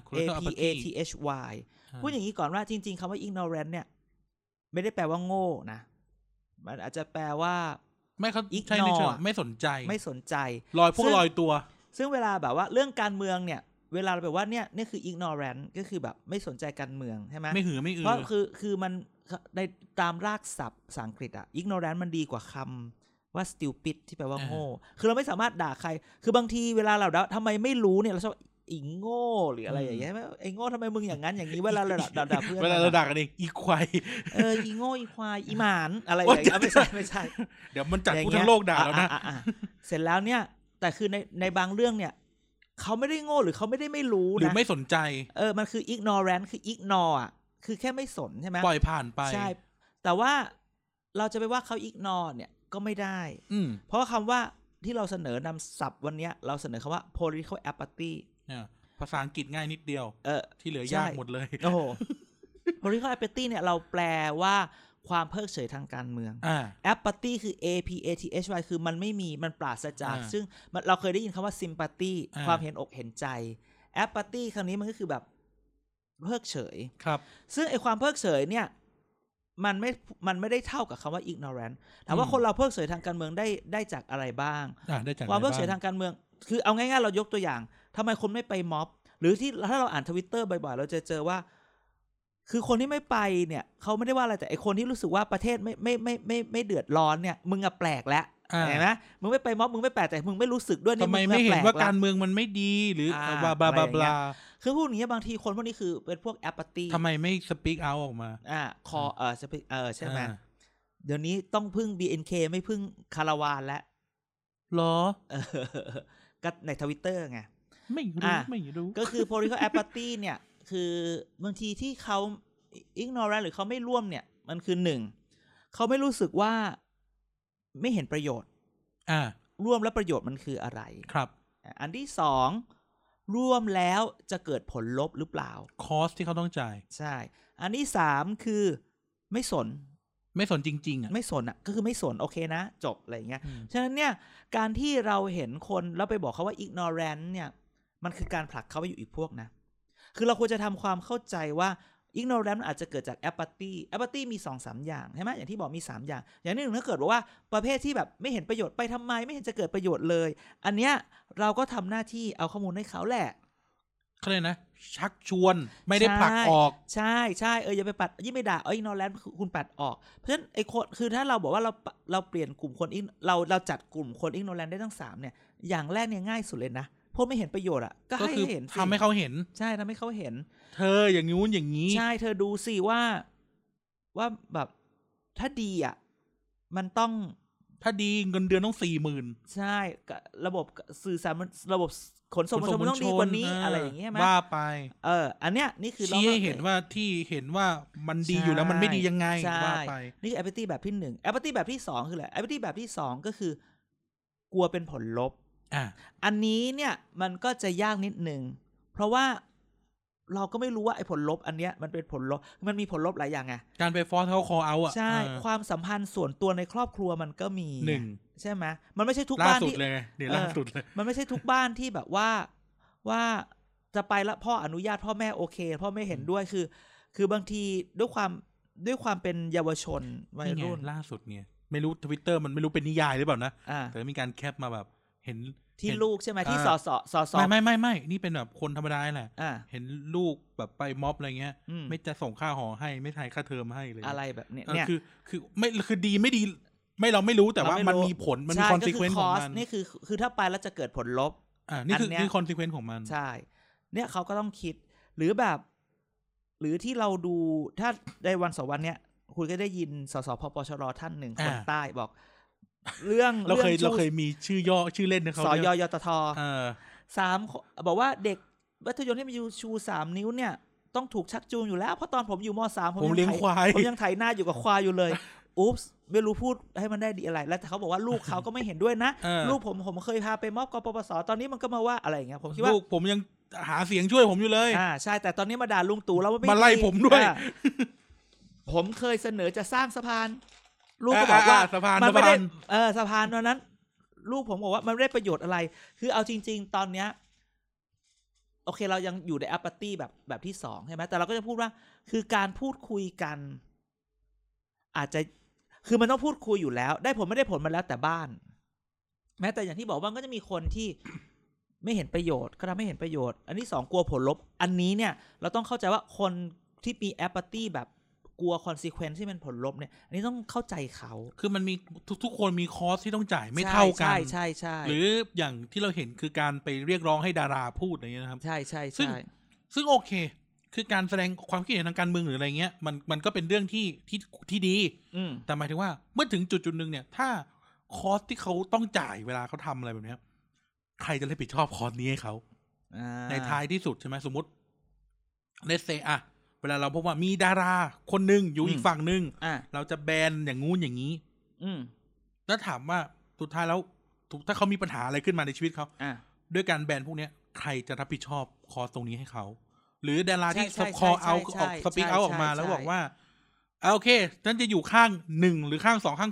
apathy พูดอย่างนี้ก่อนว่าจริงๆคำว่า ignorance เนี่ยไม่ได้แปลว่าโง่นะมันอาจจะแปลว่า
ไม่เขาใช่ในเชิงไม่สนใจลอยตัว
ซึ่งเวลาแบบว่าเรื่องการเมืองเนี่ยเวลาเราแบบว่าเนี่ยนี่คือ ignorant ก็คือแบบไม่สนใจการเมืองใช่ไหม
ไม่หือ
เพราะคือมันในตามรากศัพท์ภาษาอังกฤษอ่ะ ignorant มันดีกว่าคำว่า stupid ที่แปลว่าโง่คือเราไม่สามารถด่าใครคือบางทีเวลาเราด่าทำไมไม่รู้เนี่ยเราชอบอีโง่หรืออะไรอย่างเงี้ยไอ้โง่ทำไมมึงอย่างนั้นอย่างนี้เวลาเราด่าเพื่อน
เวลาเราด่ากันเองอีควาย
อีโง่อีควายอีหมานอะไรอย่างเงี้ยไม่ใช่
เดี๋ยวมันจัดผู้ทั้งโลกด่าแล้วนะ
เสร็จแล้วเนี่ยแต่คือในบางเรื่องเนี่ยเขาไม่ได้โง่หรือเขาไม่ได้ไม่รู้นะ
หรือไม่สนใจ
มันคือ ignorant คือ ignore อ่ะคือแค่ไม่สนใช่ไหม
ปล่อยผ่านไป
ใช่แต่ว่าเราจะไปว่าเขา ignore เนี่ยก็ไม่ได้เพราะว่าคำว่าที่เราเสนอนำศัพท์วันนี้เราเสนอคำว่า political apathy
ภาษาอังกฤษง่ายนิดเดียวที่เหลือยากหมดเลย
โอ้โห political apathy เนี่ยเราแปลว่าความเพิกเฉยทางการเมืองapathy คือ apathy คือมันไม่มีมันปราศจากซึ่งเราเคยได้ยินคำว่า sympathy ความเห็นอกเห็นใจ apathy คำนี้มันก็คือแบบเพิกเฉย
ครับ
ซึ่งไอความเพิกเฉยเนี่ยมันไม่ได้เท่ากับคำว่า ignorant ถามว่าคนเราเพิกเฉยทางการเมืองได้จากอะไรบ้างความเพิกเฉยทางการเมืองคือเอาง่ายๆเรายกตัวอย่างทำไมคนไม่ไปม็อบหรือที่ถ้าเราอ่าน Twitter บ่อยๆเราจะเจอว่าคือคนที่ไม่ไปเนี่ยเขาไม่ได้ว่าอะไรแต่ไอคนที่รู้สึกว่าประเทศไม่เดือดร้อนเนี่ยมึงอะแปลกแล้วเห็นไหมมึงไม่ไปม็อบมึงไม่แปลกแต่มึงไม่รู้สึกด้วย
นี่ทำไมไม่เห็นว่าการเมืองมันไม่ดีหรือบลา
คือพวกนี้บางทีคนพวกนี้คือเป็นพวก apathy
ทำไมไม่ speak out ออกมา
speak ใช่ไหมเดี๋ยวนี้ต้องพึ่ง BNK ไม่พึ่งคาราวานแล้ว
หรอ
ก็ใน Twitter ไง
ไม่รู้
ก็คือ political apathy เนี่ยคือบางทีที่เขา ignorant หรือเขาไม่ร่วมเนี่ยมันคือ1เขาไม่รู้สึกว่าไม่เห็นประโยชน์ร่วมแล้วประโยชน์มันคืออะไร
ครับ
อันที่2ร่วมแล้วจะเกิดผลลบหรือเปล่า
คอสที่เขาต้องจ่าย
ใช่อันที่3คือไม่สน
จริงๆ
ไม่สนก็คือไม่สนโอเคนะจบอะไรอย่างเงี้ยฉะนั้นเนี่ยการที่เราเห็นคนแล้วไปบอกเขาว่า ignorant เนี่ยมันคือการผลักเขาไปอยู่อีกพวกนะคือเราควรจะทำความเข้าใจว่า ignorance อาจจะเกิดจาก apathy มี 2-3 อย่างใช่ไหมอย่างที่บอกมี3อย่างอย่างที่1ถ้าเกิดบอกว่าประเภทที่แบบไม่เห็นประโยชน์ไปทำไมไม่เห็นจะเกิดประโยชน์เลยอันเนี้ยเราก็ทำหน้าที่เอาข้อมูลให้เขาแหละ
เขาเลยนะชักชวนไม่ได้ผลักออก
ใช่อย่าไปปัดยิ่งไปด่าignorance คุณปัดออกเพราะฉะนั้นไอ้คนคือถ้าเราบอกว่าเราเปลี่ยนกลุ่มคนเราจัดกลุ่มคน ignorance ได้ทั้ง3เนี่ยอย่างแรกเนี่ยง่ายสุดเลยนะพวกไม่เห็นประโยชน์ก็ให้เห็น
ทำให้เขาเห็น
ใช่ทำให้เขาเห็น
เธออย่างงู้นอย่างนี้
ใช่เธอดูสิว่าแบบถ้าดีมันต้อง
ถ้าดีเงินเดือนต้อง 40,000
ใช่ระบบสื่อสารระบบขนส่งมวลชนมันต้องดีกว่านี้อะไรอย่างเงี้ยมั้ย
ว่าไป
อันเนี้ยนี่คือ
เราให้เห็นว่าที่เห็นว่ามันดีอยู่แล้วมันไม่ดียังไงว่าไป
นี่คือ apathy แบบที่1 apathy แบบที่2คืออะไร apathy แบบที่2ก็คือกลัวเป็นผลลบอันนี้เนี่ยมันก็จะยากนิดนึงเพราะว่าเราก็ไม่รู้ว่าไอ้ผลลบอันเนี้ยมันเป็นผลลบมันมีผลลบหลายอย่างไง
การไปฟอร์สเขาคอเอา
ใช่ความสัมพันธ์ส่วนตัวในครอบครัวมันก็มีใช่ไหมมันไม่ใช่ทุกบ้านที่
ล่าสุดเลย
มันไม่ใช่ทุกบ้านที่แบบว่าจะไปแล้วพ่ออนุญาตพ่อแม่โอเคพ่อไม่เห็นด้วยคือบางทีด้วยความด้วยความเป็นเยาวชนวัยรุ่น
ล่าสุดเนี่ยไม่รู้ Twitter มันไม่รู้เป็นนิยายหรือเปล่านะแต่มีการแคปมาแบบเห็น
ที่ลูกใช่ไหมที่ส
ไม่นี่เป็นแบบคนธรรมดาแหละเห็นลูกแบบไปม็อบอะไรเงี้ยไม่จะส่งค่าหอให้ไม่ถ่ายค่าเทอมให้เลย
อะไรแบบเนี้ย
คือไม่คือดีไม่ดีไม่เราไม่รู้แต่ว่ามันมีผลมันมีคอนซีเควนซ์ของมัน
นี่คือถ้าไปแล้วจะเกิดผลลบ
นี่คือคอนซีเควนซ์ของมัน
ใช่เนี่ยเขาก็ต้องคิดหรือแบบหรือที่เราดูถ้าในวัน2วันเนี้ยคุณก็ได้ยินสสพปชรท่านหนึ่งคนใต้บอกเรื่อง
เราเคยมีชื่อย่อชื่อเล่นนะเขา
สยยตท3บอกว่าเด็กมัธยมที่มีชู3นิ้วเนี่ยต้องถูกชักจูงอยู่แล้วเพราะตอนผมอยู่ม.3
ผมเลี้ยงควาย
ผมยังไถนาอยู่กับควายอยู่เลยอุ๊บไม่รู้พูดให้มันได้ดีอะไรแล้วแต่เขาบอกว่าลูกเขาก็ไม่เห็นด้วยนะลูกผมเคยพาไปมอบกปปสตอนนี้มันก็มาว่าอะไรอย่างเงี้ยผมคิดว่า
ลูกผมยังหาเสียงช่วยผมอยู่เลย
ใช่แต่ตอนนี้มาด่าลุงตู่แล้วว่า
มาไล่ผมด้วย
ผมเคยเสนอจะสร้างสะพานลูกก็บอกว่ามันไม่ได้สะพานนั้นลูกผมบอกว่ามันไม่ได้ประโยชน์อะไรคือเอาจริงๆตอนเนี้ยโอเคเรายังอยู่ในอะพาตี้แบบที่2ใช่ไหมแต่เราก็จะพูดว่าคือการพูดคุยกันอาจจะคือมันต้องพูดคุยอยู่แล้วได้ผลไม่ได้ผลมาแล้วแต่บ้านแม้แต่อย่างที่บอกว่าก็จะมีคนที่ไม่เห็นประโยชน์ก็ทำไม่เห็นประโยชน์อันที่2กลัวผลลบอันนี้เนี่ยเราต้องเข้าใจว่าคนที่มีอะพาตี้แบบกลัวคอนซีเควนซ์ที่เป็นผลลบเนี่ยอันนี้ต้องเข้าใจเขา
คือมันมีทุกคนมีคอสที่ต้องจ่ายไม่เท่ากัน
ใช่
หรืออย่างที่เราเห็นคือการไปเรียกร้องให้ดาราพูดอะไรเงี้ยนะครับ
ใช่
ซึ่งโอเคคือการแสดงความคิดเห็นทางการเมืองหรืออะไรเงี้ยมันก็เป็นเรื่องที่ดีแต่หมายถึงว่าเมื่อถึงจุดนึงเนี่ยถ้าคอสที่เขาต้องจ่ายเวลาเขาทำอะไรแบบนี้ใครจะรับผิดชอบคอสนี้ให้เขาในท้ายที่สุดใช่ไหมสมมติเลสเซเวลาเราพบว่ามีดาราคนนึงอยู่อีกฝั่งนึงเราจะแบนอย่างงู้นอย่างนี้แล้วถามว่าสุดท้ายแล้วถ้าเขามีปัญหาอะไรขึ้นมาในชีวิตเขาด้วยการแบนพวกนี้ใครจะรับผิดชอบคอสตรงนี้ให้เขาหรือดาราที่คอเอาออกสปีกเอาออกมาแล้วบอกว่าโอเคฉันจะอยู่ข้าง1หรือข้าง2ข้าง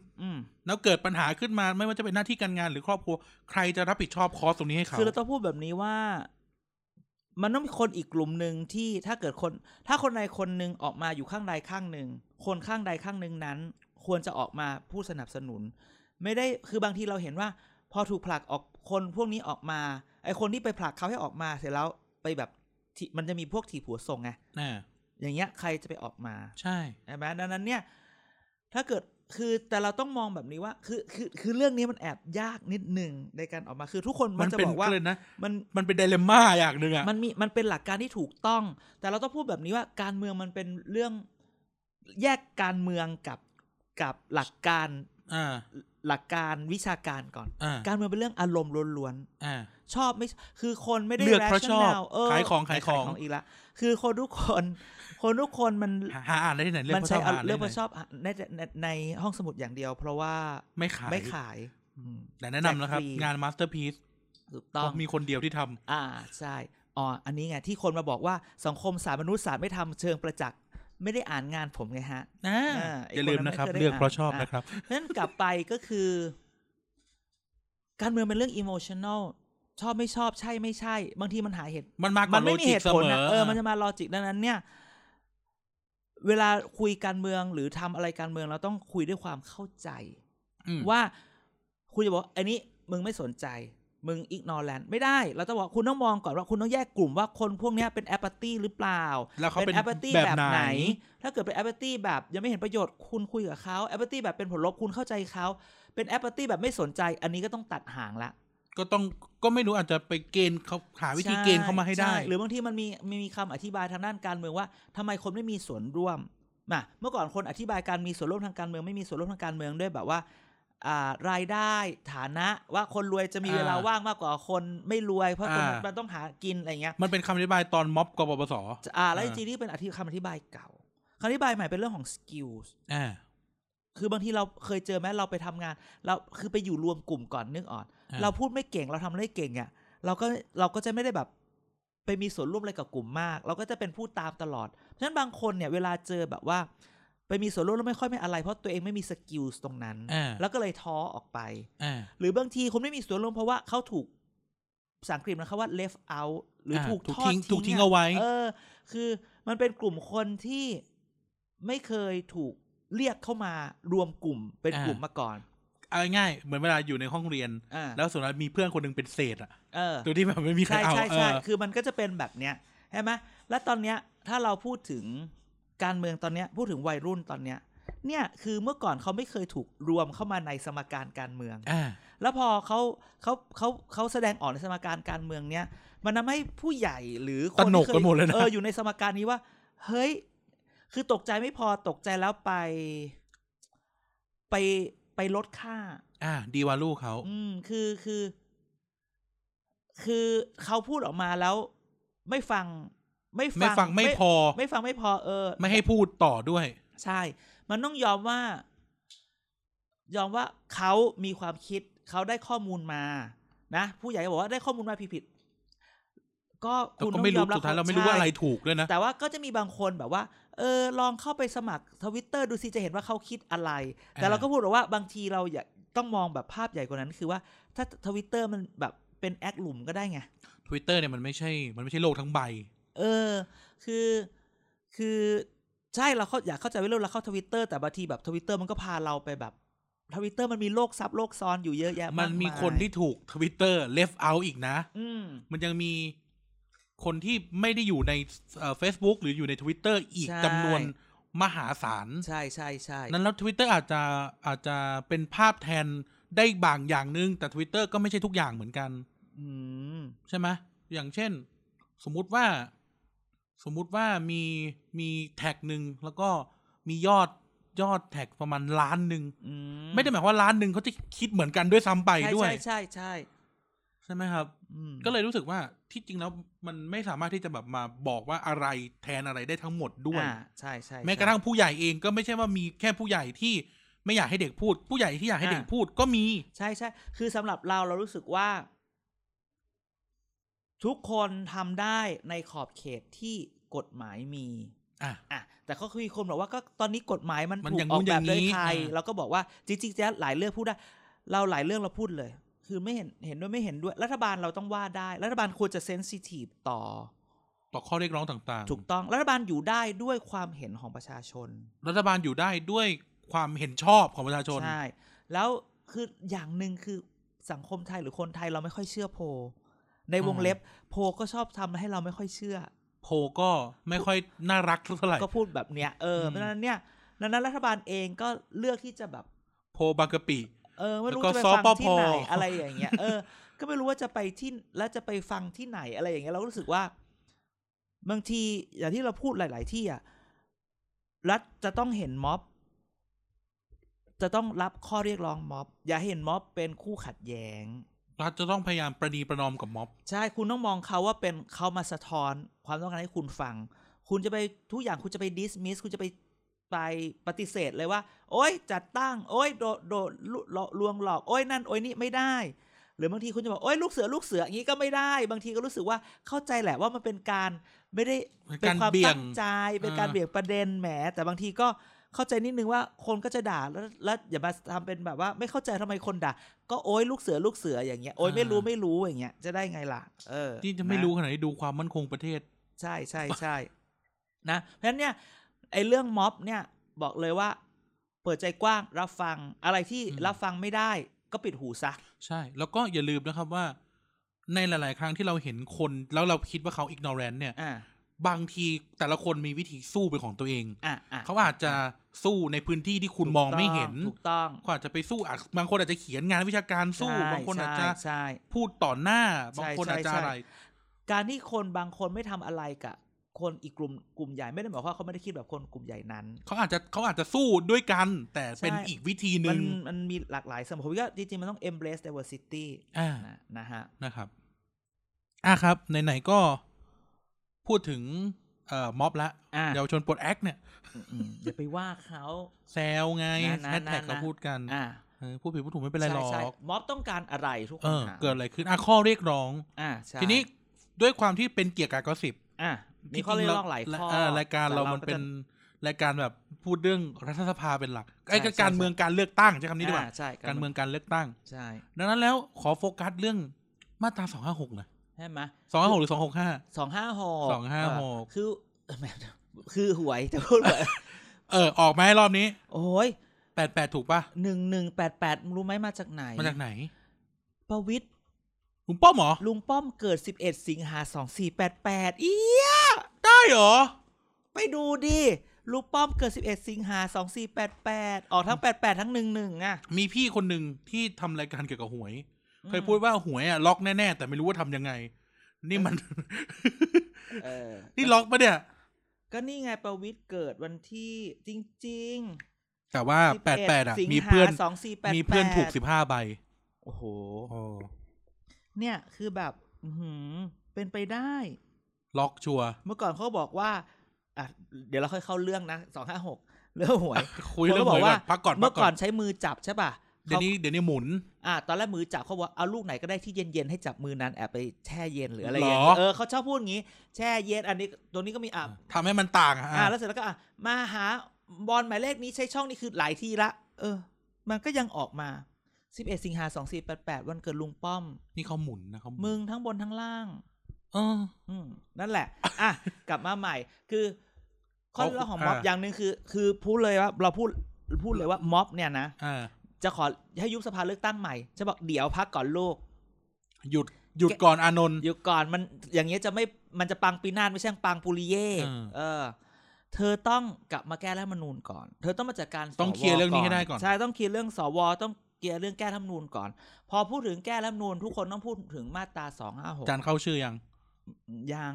3แล้วเกิดปัญหาขึ้นมาไม่ว่าจะเป็นหน้าที่การงานหรือครอบครัวใครจะรับผิดชอบคอสตรงนี้ให้เขา
คือเราต้องพูดแบบนี้ว่ามันต้องมีคนอีกกลุ่มนึงที่ถ้าคนใดคนนึงออกมาอยู่ข้างใดข้างหนึ่งคนข้างใดข้างหนึ่งนั้นควรจะออกมาพูดสนับสนุนไม่ได้คือบางทีเราเห็นว่าพอถูกผลักออกคนพวกนี้ออกมาไอคนที่ไปผลักเขาให้ออกมาเสร็จแล้วไปแบบมันจะมีพวกถีบหัวส่งไงอย่างเงี้ยใครจะไปออกมา
ใช่
ไหมดังนั้นเนี่ยถ้าเกิดคือแต่เราต้องมองแบบนี้ว่าคือเรื่องนี้มันแอบยากนิดนึงในการออกมาคือทุกคนมันจะบอกว่า
มันเป็นไดเลมม่าอย่างนึงอ่ะ
มันเป็นหลักการที่ถูกต้องแต่เราต้องพูดแบบนี้ว่าการเมืองมันเป็นเรื่องแยกการเมืองกับหลักการวิชาการก่อนการเมืองเป็นเรื่องอารมณ์ล้วนๆชอบไม่คือคนไม่ได้
เลือกเพราะชอบขายของ
อีกละคือคนทุกคนมัน
หาอ่านได้ที่ไหนเลือกเพราะชอบ
เลือกเพราะชอบในห้องสมุดอย่างเดียวเพราะว่าไม่ขาย
แต่แนะนำนะครับงานมาสเตอร์พีซ
ถูกต้อง
มีคนเดียวที่ท
ำใช่อันนี้ไงที่คนมาบอกว่าสังคมศาสตร์มนุษยศาสตร์ไม่ทำเชิงประจักษ์ไม่ได้อ่านงานผมไงฮะ
อย่าลืมนะครับเลือกเพราะชอบนะครับ
นั่นกลับไปก็คือการเมืองเป็นเรื่องอิโมชันนอลชอบไม่ชอบใช่ไม่ใช่บางทีมันหาเหตุ
มันไม่มีเหตุผล
นะมันจะมาลอจิกดังนั้นเนี่ยเวลาคุยการเมืองหรือทำอะไรการเมืองเราต้องคุยด้วยความเข้าใจว่าคุณจะบอกอันนี้มึงไม่สนใจมึงอิกนอร์แลนด์ไม่ได้เราต้องบอกคุณต้องมองก่อนว่าคุณต้องแยกกลุ่มว่าคนพวกนี้เป็นแอปาตี้หรือเปล่า
เป็น
แอปาตี้แบบไหนถ้าเกิดเป็นแอปาตี้แบบยังไม่เห็นประโยชน์คุณคุยกับเขาแอปาตี้แบบเป็นผลลบคุณเข้าใจเขาเป็นแอปาตี้แบบไม่สนใจอันนี้ก็ต้องตัดห่างละ
ก็ไม่รู้อาจจะไปเกณฑ์เขาหาวิธีเกณฑ์เข้ามาให้ได้
หรือบางทีมันมีคำอธิบายทางด้านการเมืองว่าทำไมคนไม่มีส่วนร่วมเมื่อก่อนคนอธิบายการมีส่วนร่วมทางการเมืองไม่มีส่วนร่วมทางการเมืองด้วยแบบว่ารายได้ฐานะว่าคนรวยจะมีเวลาว่างมากกว่าคนไม่รวยเพราะคนมันต้องหากินอะไรเงี้ย
มันเป็นคำอธิบายตอนม็อบกบปส.
แล้วจริงๆนี่เป็นคำอธิบายเก่าคำอธิบายใหม่เป็นเรื่องของสกิลคือบางทีเราเคยเจอไหมเราไปทำงานเราคือไปอยู่รวมกลุ่มก่อนนึกออกเราพูดไม่เก่งเราทำไม่เก่งอ่ะเราก็จะไม่ได้แบบไปมีส่วนร่วมอะไรกับกลุ่มมากเราก็จะเป็นผู้ตามตลอดเพราะฉะนั้นบางคนเนี่ยเวลาเจอแบบว่าไปมีส่วนร่วมแล้วไม่ค่อยไม่อะไรเพราะตัวเองไม่มีสกิลตรงนั้นแล้วก็เลยท้อออกไปหรือบางทีคนไม่มีส่วนร่วมเพราะว่าเขาถูกภาษาอังกฤษนะครับว่า left out หรือถูกทอด
ทิ้งเอาไว้
คือมันเป็นกลุ่มคนที่ไม่เคยถูกเรียกเข้ามารวมกลุ่มเป็นกลุ่มมาก่อน
เอาง่ายเหมือนเวลาอยู่ในห้องเรียนแล้วส่วนนั้นมีเพื่อนคนนึงเป็นเศษตัวที่แบบไม่มีใครเอา
ใช่คือมันก็จะเป็นแบบเนี้ยใช่ไหมแล้วตอนเนี้ยถ้าเราพูดถึงการเมืองตอนเนี้ยพูดถึงวัยรุ่นตอนเนี้ยเนี่ยคือเมื่อก่อนเขาไม่เคยถูกรวมเข้ามาในสมการการเมืองแล้วพอเขาแสดงออกในสมการการเมืองเนี้ยมันทำให้ผู้ใหญ่หรือคนที่เคยอยู่ในสมการนี้ว่าเฮ้ยคือตกใจไม่พอตกใจแล้วไปลดค่า
ดีวาลูเขา
คือเขาพูดออกมาแล้วไม่ฟังไม่พอ
ไม่ให้พูดต่อด้วย
ใช่มันต้องยอมว่าเขามีความคิดเขาได้ข้อมูลมานะผู้ใหญ่บอกว่าได้ข้อมูลมาผิดก็คุณต้องยอมรับ
สุดท้ายเราไม่รู้ว่าอะไรถูกด้วยนะ
แต่ว่าก็จะมีบางคนแบบว่าลองเข้าไปสมัคร Twitter ดูสิจะเห็นว่าเขาคิดอะไรแต่เราก็พูดว่าบางทีเราอยากต้องมองแบบภาพใหญ่กว่านั้นคือว่าถ้า Twitter มันแบบเป็นแอคหลุมก็ได้ไง
Twitter เนี่ยมันไม่ใช่โลกทั้งใบ
คือใช่เราอยากเข้าใจว่าเราเข้า Twitter แต่บางทีแบบ Twitter มันก็พาเราไปแบบ Twitter มันมีโลกซับโลกซ้อนอยู่เยอะแยะ
มันมีคนที่ถูก Twitter left out อีกนะมันยังมีคนที่ไม่ได้อยู่ในFacebook หรืออยู่ใน Twitter อีกจำนวนมหาศาล
ใช่
นั้นแล้ว Twitter อาจจะเป็นภาพแทนได้บางอย่างนึงแต่ Twitter ก็ไม่ใช่ทุกอย่างเหมือนกันใช่ไหมอย่างเช่นสมมุติว่ามีแท็กนึงแล้วก็มียอดแท็กประมาณล้านนึงไม่ได้หมายว่าล้านนึงเขาจะคิดเหมือนกันด้วยซ้ำไปด้วย
ใช่
ใช่ไหมครับก็เลยรู้สึกว่าที่จริงแล้วมันไม่สามารถที่จะแบบมาบอกว่าอะไรแทนอะไรได้ทั้งหมดด้วย
ใช่
แม้กระทั่งผู้ใหญ่เองก็ไม่ใช่ว่ามีแค่ผู้ใหญ่ที่ไม่อยากให้เด็กพูดผู้ใหญ่ที่อยากให้เด็กพูดก็มี
ใช่คือสำหรับเรารู้สึกว่าทุกคนทำได้ในขอบเขตที่กฎหมายมีแต่ก็มีคนบอกว่าก็ตอนนี้กฎหมายมันถูกออกแบบโดยใครเราก็บอกว่าจริงๆแล้วหลายเรื่องพูดได้เราหลายเรื่องเราพูดเลยคือไม่เห็นด้วยไม่เห็นด้วยรัฐบาลเราต้องว่าได้รัฐบาลควรจะเซนซิทีฟต่อ
ข้อเรียกร้องต่าง
ๆถูกต้องรัฐบาลอยู่ได้ด้วยความเห็นของประชาชน
รัฐบาลอยู่ได้ด้วยความเห็นชอบของประชาชน
ใช่แล้วคืออย่างนึงคือสังคมไทยหรือคนไทยเราไม่ค่อยเชื่อโพในวงเล็บโพก็ชอบทำให้เราไม่ค่อยเชื่อ
โพก็ไม่ค่อยน่ารักเท่าไหร่
ก็พูดแบบเนี้ยเพราะฉะนั้นเนี่ยนั้นรัฐบาลเองก็เลือกที่จะแบบ
โพบางกะปิ
ไม่รู้จะไปฟังที่ไหนอะไรอย่างเงี้ยก็ไม่รู้ว่าจะไปที่แล้วจะไปฟังที่ไหนอะไรอย่างเงี้ยเรารู้สึกว่าบางทีอย่างที่เราพูดหลายๆที่อ่ะรัฐจะต้องเห็นม็อบจะต้องรับข้อเรียกร้องม็อบอย่าเห็นม็อบเป็นคู่ขัดแย้ง
รัฐจะต้องพยายามประนีประนอมกับม็อบ
ใช่คุณต้องมองเขาว่าเป็นเขามาสะท้อนความต้องการให้คุณฟังคุณจะไปทุกอย่างคุณจะไปดิสมิสคุณจะไปปฏิเสธเลยว่าโอ๊ยจัดตั้งโอ๊ยโดลวงหลอกโอ๊ยนั่นโอ๊ยนี่ไม่ได้หรือบางทีคุณจะบอกโอ๊ยลูกเสืออย่างนี้ก็ไม่ได้บางทีก็รู้สึกว่าเข้าใจแหละว่ามันเป็นการไม่ได้เป็นความตั้งใจเป็นการเบี่ยงประเด็นแหมแต่บางทีก็เข้าใจนิดนึงว่าคนก็จะด่าแล้วอย่ามาทำเป็นแบบว่าไม่เข้าใจทำไมคนด่าก็โอ๊ยลูกเสืออย่างเงี้ยโอ๊ยไม่รู้อย่างเงี้ยจะได้ไงล่ะ
ที่จะไม่รู้ขนาดนี้ดูความมั่นคงประเทศ
ใช่นะเพราะฉะนั้นเนี่ยไอ้เรื่องม็อบเนี่ยบอกเลยว่าเปิดใจกว้างรับฟังอะไรที่รับฟังไม่ได้ก็ปิดหูซะ
ใช่แล้วก็อย่าลืมนะครับว่าในหลายๆครั้งที่เราเห็นคนแล้วเราคิดว่าเขา ignorant เนี่ยบางทีแต่ละคนมีวิธีสู้เป็นของตัวเองเขาอาจจะสู้ในพื้นที่ที่คุณมองไม่เห็น
ถูกต้อง
เขาอาจจะไปสู้บางคนอาจจะเขียนงานวิชาการสู้บางคนอาจจะพูดต่อหน้าบางคนอาจจะอะไร
การที่คนบางคนไม่ทำอะไรกับคนอีกกลุ่มใหญ่ไม่ได้หมายความว่าเขาไม่ได้คิดแบบคนกลุ่มใหญ่นั้น
เขาอาจจะสู้ด้วยกันแต่เป็นอีกวิธีนึง
มันมีหลากหลายสมมติว่าจริงๆมันต้อง embrace diversity นะครับ
ครับไหนๆก็พูดถึงม็อบละเยาวชนปลดแอกเนี่ย
อย่าไปว่าเขา
แซวไงแฮชแท็กเขาพูดกันพูดผิดพูดถูกไม่เป็นไรหรอก
ม็อบต้องการอะไรทุกคน
เกิดอะไรขึ้นข้อเรียกร้องทีนี้ด้วยความที่เป็นเกียร์กายก็10
มีข้อเรียกร้องหลายข้อ
รายการเรามันเป็นรายการแบบพูดเรื่องรัฐสภาเป็นหลักการเมืองการเลือกตั้งใช้คำนี้ดีกว่าการเมืองการเลือกตั้ง
ใช่
ดังนั้นแล้วขอโฟกัสเรื่องมาตรา256หน่อย
ใช่ไหม
256หรือ265
256
คือ
หวยจะพูดแบบ
ออกมาให้รอบนี้
โอ้ย
88ถูกป่ะ
1188รู้ไหมมาจากไหนประวิตร
ลุงป้อมเหรอ
ลุงป้อมเกิด11สิงหา2488
ได้เหรอ
ไปดูดิลุงป้อมเกิด11สิงหา2488ออกทั้ง88ทั้ง11อ่ะ
มีพี่คนหนึ่งที่ทำรายการเกี่ยวกับหวยเคยพูดว่าหวยล็อกแน่ๆแต่ไม่รู้ว่าทำยังไงนี่มันนี่ล็อกปะเนี่ย
ก็นี่ไงประวิตรเกิดวันที่จริง
ๆแต่ว่า88อ่ะมีเพื่อนถูก15ใบ
โอ้โหเนี่ยคือแบบเป็นไปได้
ล็อกชัวร์
เมื่อก่อนเขาบอกว่าเดี๋ยวเราค่อยเข้าเรื่องนะ256เรื่องหวย
คุยเรื่องหวยก่อนพักก่อน
เมื่อก่อนใช้มือจับใช่ป่ะ
เดี๋ยวนี้หมุน
ตอนแรกมือจับเขาบอกเอาลูกไหนก็ได้ที่เย็นๆให้จับมือนั้นแอบไปแช่เย็นหรืออะไรอย่างเงี้ยเขาชอบพูดอย่างงี้แช่เย็นอันนี้ตัวนี้ก็มี
ทำให้มันต่าง
แล้วเสร็จแล้วก็มาหาบอลหมายเลขนี้ใช้ช่องนี้คือหลายทีละมันก็ยังออกมา11สิงหา2488วันเกิดลุงป้อม
นี่เขาหมุนนะเขา
มึงทั้งบนทั้งล่างนั่นแหละกลับมาใหม่คือข้อเรื่องของม็อบอย่างนึงคือพูดเลยว่าเราพูดเลยว่าม็อบเนี่ยนะจะขอให้ยุบสภาเลือกตั้งใหม่จะบอกเดี๋ยวพักก่อนลูก
หยุดก่อนอานนท์
หยุดก่อนมันอย่างเงี้ยจะไม่มันจะปังปีหน้าไม่ใช่ปังปุริเย่เธอต้องกลับมาแก้รัฐธรรมนูญก่อนเธอต้องมาจัดการ
ต้องเคลียร์เรื่องนี้ให้ได้ก่อน
ใช่ต้องเคลียร์เรื่องสวต้องเคลียร์เรื่องแก้รัฐธรรมนูญก่อนพอพูดถึงแก้รัฐธรรมนูญทุกคนต้องพูดถึงมาตรา256
จานเข้าชื่อ
ยัง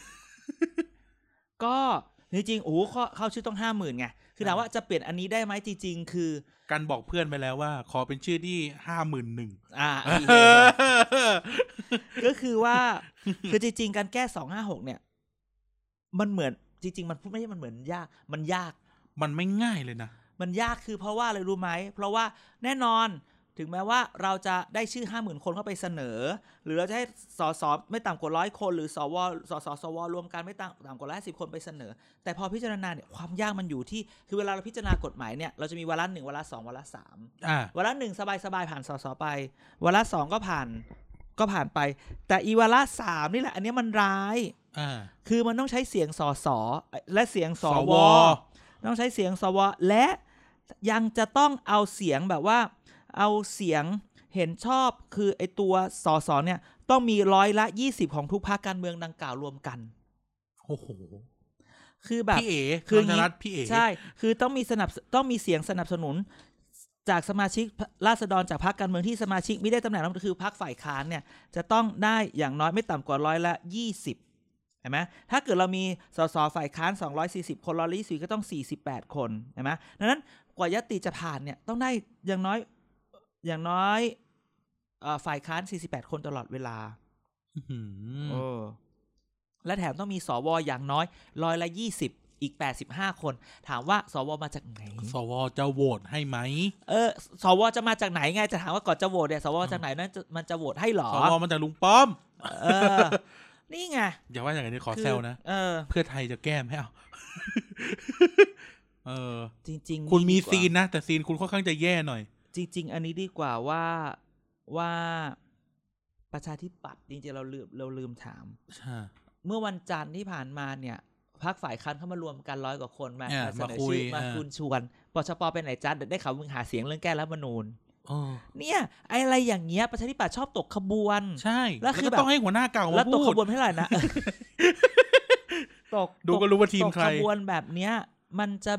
ก็จริงๆโอ้เข้าชื่อต้อง 50,000 ไงคือถามว่าจะเปลี่ยนอันนี้ได้ไหมจริงๆคือ
การบอกเพื่อนไปแล้วว่าขอเป็นชื่อที่ 51,000
ก็คือว่าคือจริงๆการแก้256เนี่ยมันเหมือนจริงๆมันพูดไม่ใช่มันเหมือนยากมันยาก
มันไม่ง่ายเลยนะ
มันยากคือเพราะว่าอะไรรู้ไหมเพราะว่าแน่นอนถึงแม้ว่าเราจะได้ชื่อ 50,000 คนเข้าไปเสนอหรือเราจะให้สสไม่ต่ำกว่า100คนหรือสวสวรวมกันไม่ต่ำกว่า50คนไปเสนอแต่พอพิจารณาเนี่ยความยากมันอยู่ที่คือเวลาเราพิจารณากฎหมายเนี่ยเราจะมีวาระ1วาระ2วาระ3วาระ1สบายๆผ่านสสไปวาระ2ก็ผ่านไปแต่อีวาระ3นี่แหละอันนี้มันร้ายคือมันต้องใช้เสียงสสและเสียงสวต้องใช้เสียงสวและยังจะต้องเอาเสียงแบบว่าเอาเสียงเห็นชอบคือไอตัวสสเนี่ยต้องมี20%ของทุกพรรคการเมืองดังกล่าวรวมกัน
โอ้โห
คือแบบ
พี่เอ๋คือพี่เอ๋
ใช่คือต้องมีเสียงสนับสนุนจากสมาชิกราษฎรจากพรรคการเมืองที่สมาชิกไม่ได้ตำแหน่งนั้นคือพรรคฝ่ายค้านเนี่ยจะต้องได้อย่างน้อยไม่ต่ำกว่า20%เห็นไหมถ้าเกิดเรามีสสฝ่ายค้าน240คน120ก็ต้อง48คนเห็นไหมดังนั้นกว่ายติจะผ่านเนี่ยต้องได้อย่างน้อยฝ่ายค้าน48คนตลอดเวลาและแถมต้องมีสวอย่างน้อย20%อีก85คนถามว่าสวมาจากไหน
สวจะโหวตให้ไหม
สวจะมาจากไหนไงจะถามว่าก่อนจะโหวตเนี่ยสวจากไหนนั้นมันจะโหวตให้หรอ
สวมาจากลุงป้อม
นี่ไง
อย่าว่าอย่างนี้ขอแซวนะเพื่อไทยจะแก้ไม่เอา
จริง
ๆคุณมีซีนนะแต่ซีนคุณค่อนข้างจะแย่หน่อย
จริงๆอันนี้ดีกว่าว่าประชาธิปัตย์จริงๆเราลืมถามเมื่อวันจันทร์ที่ผ่านมาเนี่ยพรรคฝ่ายค้านเข้ามารวมกัน100 กว่าคนมาเสนอชื่อมาคุณชวนปชปเป็นไหนจันได้ข่าวมึงหาเสียงเรื่องแก้รัฐธรรมนูญเนี่ยอะไรอย่างเงี้ยประชาธิปัตย์ชอบตกขบวน
ใช่แล้วคือแบบต้องให้หัวหน้าเก่ามาพูด
แล้วตกขบวนไม่เท่าไหร่นะ
ดูก็รู้ว่าทีมใคร
ตกขบวนแบบเนี้ยมันจะ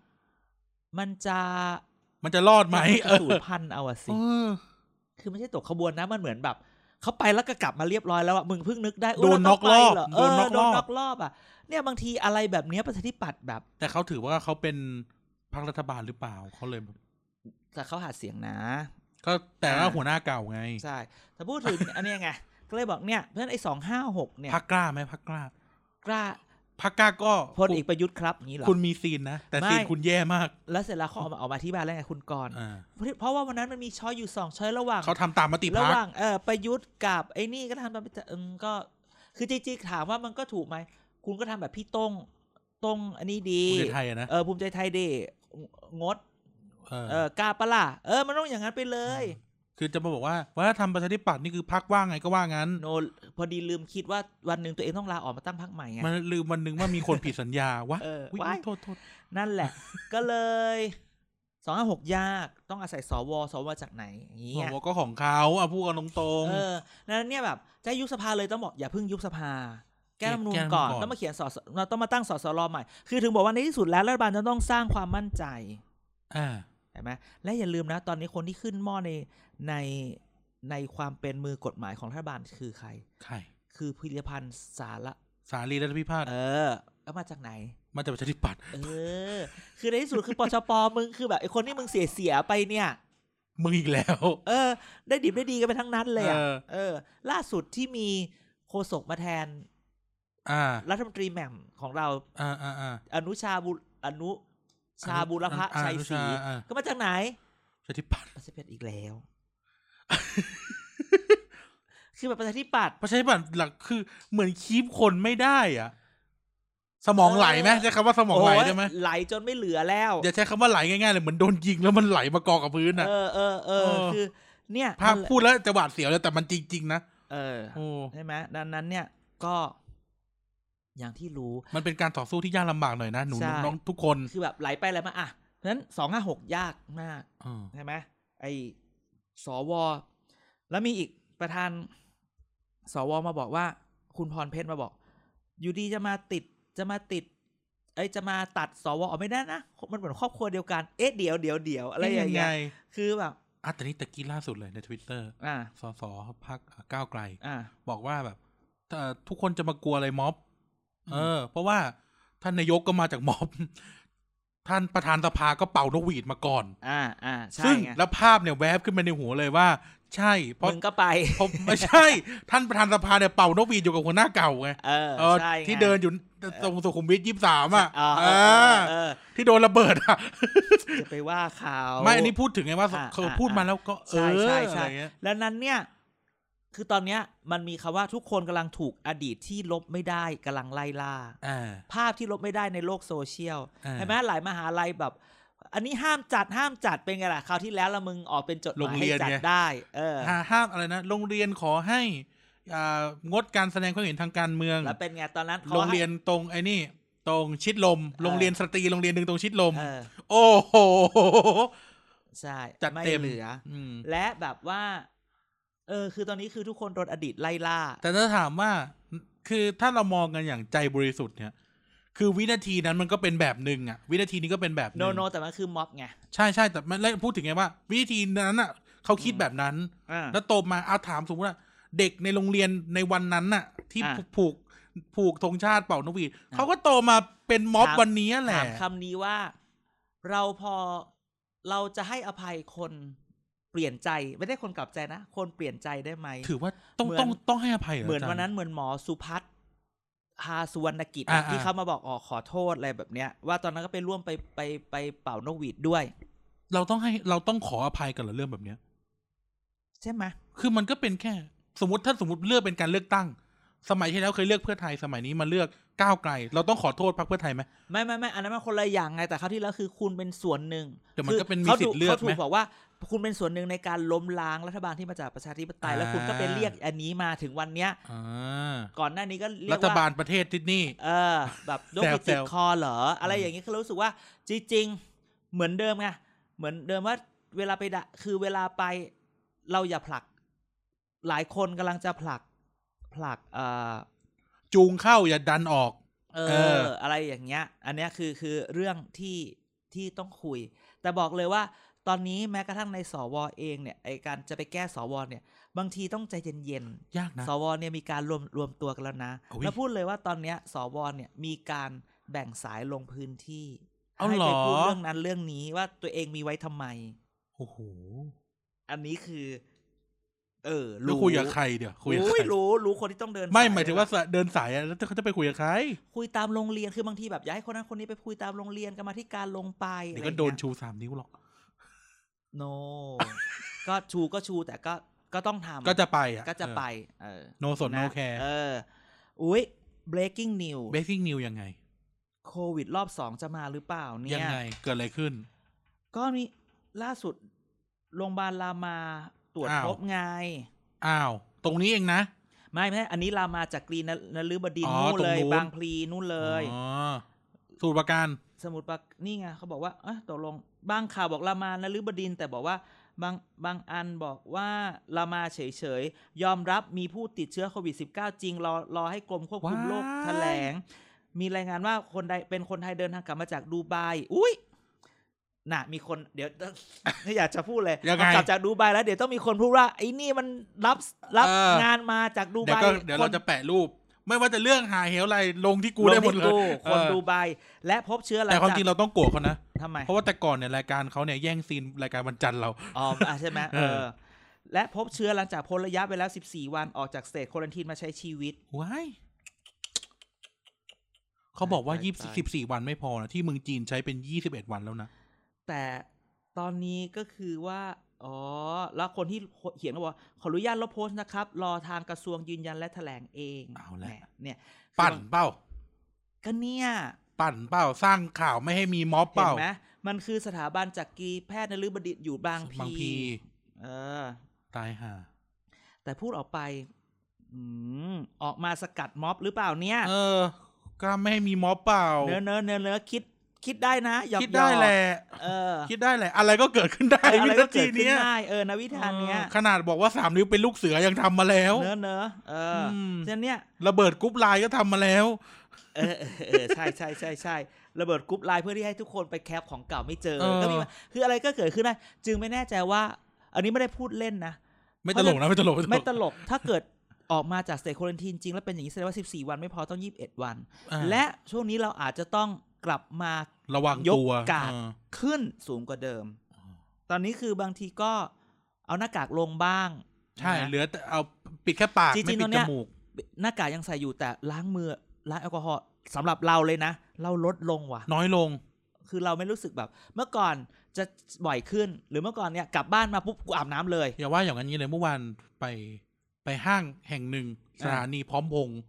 รอดไหม
สูญพันธุ์เอาสิคือไม่ใช่ตกขบวนนะมันเหมือนแบบเขาไปแล้วก็กลับมาเรียบร้อยแล้วอ่ะมึงเพิ่งนึกได้
โดนน็อกรอบ
โดนน็อกรอบอ่ะเนี่ยบางทีอะไรแบบนี้ประชาธิปัตย์แบบ
แต่เขาถือว่าเขาเป็นพรรครัฐบาลหรือเปล่าเขาเลย
แต่เขาหาเสียงนะ
ก็แต่ว่าหัวหน้าเก่าไง
ใช่ถ้าพูดถึงอันนี้ไงก็เลยบอกเนี่ยเพื่อนไอ้256เนี่ย
พรรคกล้าไหมพรรคกล้าพรรคกล้าก็
พลเอกประยุทธ์ครับนี้เหรอ
คุณมีซีนนะแต่ซีนคุณแย่มาก
แล้วเสร็จแล้วเขาออกมาอธิบายแล้วไงคุณกรณ์เพราะว่าวันนั้นมันมีช้อยอยู่2ช้อยระหว่าง
เขาทำตามมติพรรค
ระหว่างประยุทธ์กับไอ้นี่ก็ทำตามก็คือจริงๆถามว่ามันก็ถูกไหมคุณก็ทำแบบพี่ต้งอันนี้ดี
ภูมิใจไทยนะ
ภูมิใจไทยดีงดกล้าปะล่ะมันต้องอย่างนั้นไปเลย
คือจะมาบอกว่าวัฒนธรรมประชาธิปัตย์นี่คือพรรคว่าไงก็ว่างั้น
โนพอดีลืมคิดว่าวันหนึ่งตัวเองต้องลาออกมาตั้งพรรคใหม่ไง
มันลืมวันหนึ่งว่ามีคนผิดสัญญาวะโทษ
นั่นแหละ ก็เลย256ยากต้องอาศัยสวจากไหนอย่างเงี้ย
สวก็ของเขาพูดกันตรง
ๆนั้นเนี่ยแบบจะยุบสภาเลยต้องบอกอย่าเพิ่งยุบสภาแก้รัฐธรรมนูญก่อนต้องมาเขียนเราต้องมาตั้งสสรใหม่คือถึงบอกว่าในที่สุดแล้วรัฐบาลจะต้องสร้างความมั่นใจเห็นไหมและอย่าลืมนะตอนนี้คนที่ขึ้นหม้อในความเป็นมือกฎหมายของรัฐบาลคือใครคือพิริพันธ์สา
รีรัฐพิพาท
แล้วมาจากไหน
มาจากประชาธิปัตย์
คือในที่สุดคือปชปมึงคือแบบไอ้คนที่มึงเสียไปเนี่ย
มึงอีกแล้ว
ได้ดิบได้ดีกันไปทั้งนั้นเลยล่าสุดที่มีโฆษกมาแทนรัฐมนตรีแหม่มของเราอนุชาบุรพชัยศรีก็มาจากไหน
ประชาธิปัตย์
อีกแล้วคือแบบประชาธิปัตย์
หลักคือเหมือนคีบคนไม่ได้อ่ะสมองไหลไหมใช้คำว่าสมองไหลได้ไหม
ไหลจนไม่เหลือแล้ว
อย่าใช้คำว่าไหลง่ายๆเลยเหมือนโดนยิงแล้วมันไหลมากองกับพื้นอ่ะ
คือเนี่ย
ภาพพูดแล้วจะหวาดเสียวเลยแต่มันจริงๆนะ
ใช่ไหมดังนั้นเนี่ยก็อย่างที่รู้
มันเป็นการต่อสู้ที่ยากลำบากหน่อยนะหนูน้องทุกคน
คือแบบไหลไปอะไรมาอ่ะเพราะฉะนั้น256ยากมากใช่ไหมไอ้สวแล้วมีอีกประธานสวมาบอกว่าคุณพรเพชรมาบอกอยู่ดีจะมาตัดสวออกไม่ได้นะมันเหมือนครอบครัวเดียวกันเดี๋ยวอะไรอย่างเงี้ยคือแบบ
แต่นี่ตะกี้ล่าสุดเลยใน Twitter สสพรรคก้าวไกลบอกว่าแบบทุกคนจะมากลัวอะไรม็อบเพราะว่าท่านนายกก็มาจากม็อบท่านประธานสภาก็เป่านกหวีดมาก่อน
ใช่
ซึ่งแล้วภาพเนี่ยแวบขึ้นมาในหัวเลยว่าใช่เพราะ
มึงก็ไป
ไม่ใช่ท่านประธานสภาเนี่ยเป่านกหวีดอยู่กับหัวหน้าเก่าไงที่เดินอยู่ตรงสุขุมวิท23ที่โดนระเบิด
จะไปว่าเขา
ไม่อันนี้พูดถึงไงว่าเขาพูดมาแล้วก็
ใช่แล้วนั้นเนี่ยคือตอนเนี้ยมันมีคำว่าทุกคนกำลังถูกอดีตที่ลบไม่ได้กำลังไล่ล่าภาพที่ลบไม่ได้ในโลกโซเชียลเห็นไหมหลายมหาลัยแบบอันนี้ห้ามจัดเป็นไงล่ะคราวที่แล้วละมึงออกเป็นจดหมายให้จัดได้
ห้ามอะไรนะโรงเรียนขอให้งดการแสดงความเห็นทางการเมือง
แล้วเป็นไงตอนนั้น
โรงเรียนตรงไอ้นี่ตรงชิดลมโรงเรียนสตรีโรงเรียนนึงตรงชิดลมโอ้โห
ใช่จัดเต็มเหลือและแบบว่าคือตอนนี้คือทุกคนโดนอดีตไล่ล่า
แต่ถ้าถามว่าคือถ้าเรามองกันอย่างใจบริสุทธิ์เนี่ยคือวินาทีนั้นมันก็เป็นแบบนึงอ่ะวินาทีนี้ก็เป็นแบบนึง
โนแต่มันคือม็อบไง
ใช่แต่มันพูดถึงไงว่าวินาทีนั้นอ่ะเขาคิดแบบนั้นแล้วโตมาถามสมมติว่าเด็กในโรงเรียนในวันนั้นน่ะที่ผูกธงชาติเป่านกหวีดเขาก็โตมาเป็นม็อบวันนี้แหละ
ถามคำนี้ว่าเราจะให้อภัยคนเปลี่ยนใจไม่ได้คนกลับใจนะคนเปลี่ยนใจได้ไหม
ถือว่าต้องให้อภัย
เหมือนวันนั้นเหมือนหมอสุพัฒน์ฮาสุวรรณกิจที่เขามาบอกขอโทษอะไรแบบเนี้ยว่าตอนนั้นก็ไปร่วมไปเป่านกหวีดด้วย
เราต้องขออภัยกันเหรอเรื่องแบบเนี้ย
ใช่ไหม
คือมันก็เป็นแค่สมมติเลือกเป็นการเลือกตั้งสมัยที่แล้วเคยเลือกเพื่อไทยสมัยนี้มาเลือกก้าวไกลเราต้องขอโทษพรรคเพื่อไทยไหม
ไม่อันนั้นมันคนละอย่างไงแต่คราวที่แล้วคือคุณเป็นส่วนหนึ่ง
แต่มันก็เป็นมีสิทธิ์เลือกไหม
เขาถูกบอกว่าคุณเป็นส่วนหนึ่งในการล้มล้างรัฐบาลที่มาจากประชาธิปไตยแล้วคุณก็ไปเรียกอันนี้มาถึงวันเนี้ยก่อนหน้านี้ก็เรียกว่า
รัฐบาลประเทศที่นี่
แบบโดนติดคอเหรออะไรอย่างนี้เขารู้สึกว่าจริงๆเหมือนเดิมไงเหมือนเดิมว่าเวลาไปคือเวลาไปเราอย่าผลักหลายคนกำลังจะผลัก
จูงเข้าอย่าดันออก
อะไรอย่างเงี้ยอันเนี้ยคือเรื่องที่ต้องคุยแต่บอกเลยว่าตอนนี้แม้กระทั่งในสวเองเนี่ยไอการจะไปแก้สวเนี่ยบางทีต้องใจเย็น
ๆยากนะ
สวเนี่ยมีการรวมตัวกันแล้วนะแล้วพูดเลยว่าตอนเนี้ยสวเนี่ยมีการแบ่งสายลงพื้นที่ให้ไปพูดเรื่องนั้นเรื่องนี้ว่าตัวเองมีไว้ทำไม
โอ้โห
อันนี้คือ
รู้คุยกับใครเดี๋ยวคุยกับใคร
รู้คนที่ต้องเดิน
ไม่หมายถึงว่าเดินสายแล้วเขาจะไปคุยกับใคร
คุยตามโรงเรียนคือบางทีแบบย้ายคนนั้นคนนี้ไปคุยตามโรงเรียนกรรมาธิการลงไป
เดี๋ยวก็โดนชู3 นิ้วหรอก
no ก็ชูแต่ก็ต้องทำ
ก็จะไป
no
สน no care
อุ๊ย breaking news
ยังไง
โควิดรอบ2จะมาหรือเปล่าเนี่ย
ยังไงเกิดอะไรขึ้น
ก็นี่ล่าสุดโรงพยาบาลรามาตรวจพบไง
ตรงนี้เองนะ
ไม่อันนี้รามาจากกรีนฤบดินทร์นู่นเลยบางพลีนู่นเลย
สมุทรปราการ
สมุทรปราการนี่ไงเขาบอกว่าตกลงบางข่าวบอกรามานฤบดินทร์แต่บอกว่าบางอันบอกว่ารามาเฉยๆยอมรับมีผู้ติดเชื้อโควิด -19 จริงรอให้กรมควบคุมโรคแถลงมีรายงานว่าเป็นคนไทยเดินทางกลับมาจากดูไบอุ้ยน่ะมีคนเดี๋ยวไม่อยากจะพูดเลยกลับจากดูไบแล้วเดี๋ยวต้องมีคนพูดว่าไอ้นี่มันรับงานมาจากดูไบ
เดี๋ยวเราจะแปะรูปไม่ว่าจะเรื่องหาเหวอะไรลงที่กูได้หมดเลย
คนดูไบและพบเชื้อ
แต่ความจริงเราต้องโกรธเขานะ
ทำไม
เพราะว่าแต่ก่อนเนี่ยรายการเขาเนี่ยแย่งซีนรายการวันจันทร์เรา
ใช่ไหมและพบเชื้อหลังจากพ้นระยะไปแล้ว14 วันออกจากสเตทควอรันทีนมาใช้ชีวิต
ว้ายเขาบอกว่า14 วันไม่พอนะที่เมืองจีนใช้เป็น21 วันแล้วนะ
แต่ตอนนี้ก็คือว่าแล้วคนที่เขียนก็บอกขออนุญาตลบโพสต์นะครับรอทางกระทรวงยืนยันและแถลงเอง
เอาแหละ
เนี่ย
ปั่นเป้า
ก็เนี่ย
ปั่นเป้าสร้างข่าวไม่ให้มีม็อบเป้า
เห็นไหมมันคือสถาบันจักรีแพทย์นฤบดินทร์อยู่บางพี
ตายห่า
แต่พูดออกไปออกมาสกัดม็อบหรือเปล่าเนี่ย
ก็ไม่ให้มีม็อบเปล่า
เนื้อคิดได้นะ
คิดได้แหละคิดได้แหละอะไรก็เกิดขึ้นได้
วิธีนี้นะวิธีเนี้ย
ขนาดบอกว่า3 นิ้วเป็นลูกเสือยังทำมาแล้ว
เนี้ย
ระเบิดกรุ๊ปไลน์ก็ทำมาแล้ว
ใช่ระเบิดกรุ๊ปไลน์เพื่อที่ให้ทุกคนไปแคปของเก่าไม่เจอก็มีคืออะไรก็เกิดขึ้นได้จึงไม่แน่ใจว่าอันนี้ไม่ได้พูดเล่นนะ
ไม่ตลกนะไม่ต
ลกถ้าเกิดออกมาจากสเตทควอรันทีนจริงแล้วเป็นอย่างนี้แสดงว่า14 วันไม่พอต้อง21 วันและช่วงนี้เราอาจจะต้องกลับมา
ระวัง
ยก
ตัว
กาดขึ้นสูงกว่าเดิมตอนนี้คือบางทีก็เอาหน้ากากลงบ้าง
ใช่เหลือแต่เอาปิดแค่ปากไม่ปิดจมูก
หน้ากากยังใส่อยู่แต่ล้างมือล้างแอลกอฮอล์สำหรับเราเลยนะเราลดลงว่ะ
น้อยลง
คือเราไม่รู้สึกแบบเมื่อก่อนจะบ่อยขึ้นหรือเมื่อก่อนเนี่ยกลับบ้านมาปุ๊บกูอาบน้ำเลย
อย่าว่าอย่างนี้เลยเมื่อวานไปห้างแห่งหนึ่งสถานีพร้อมพงษ์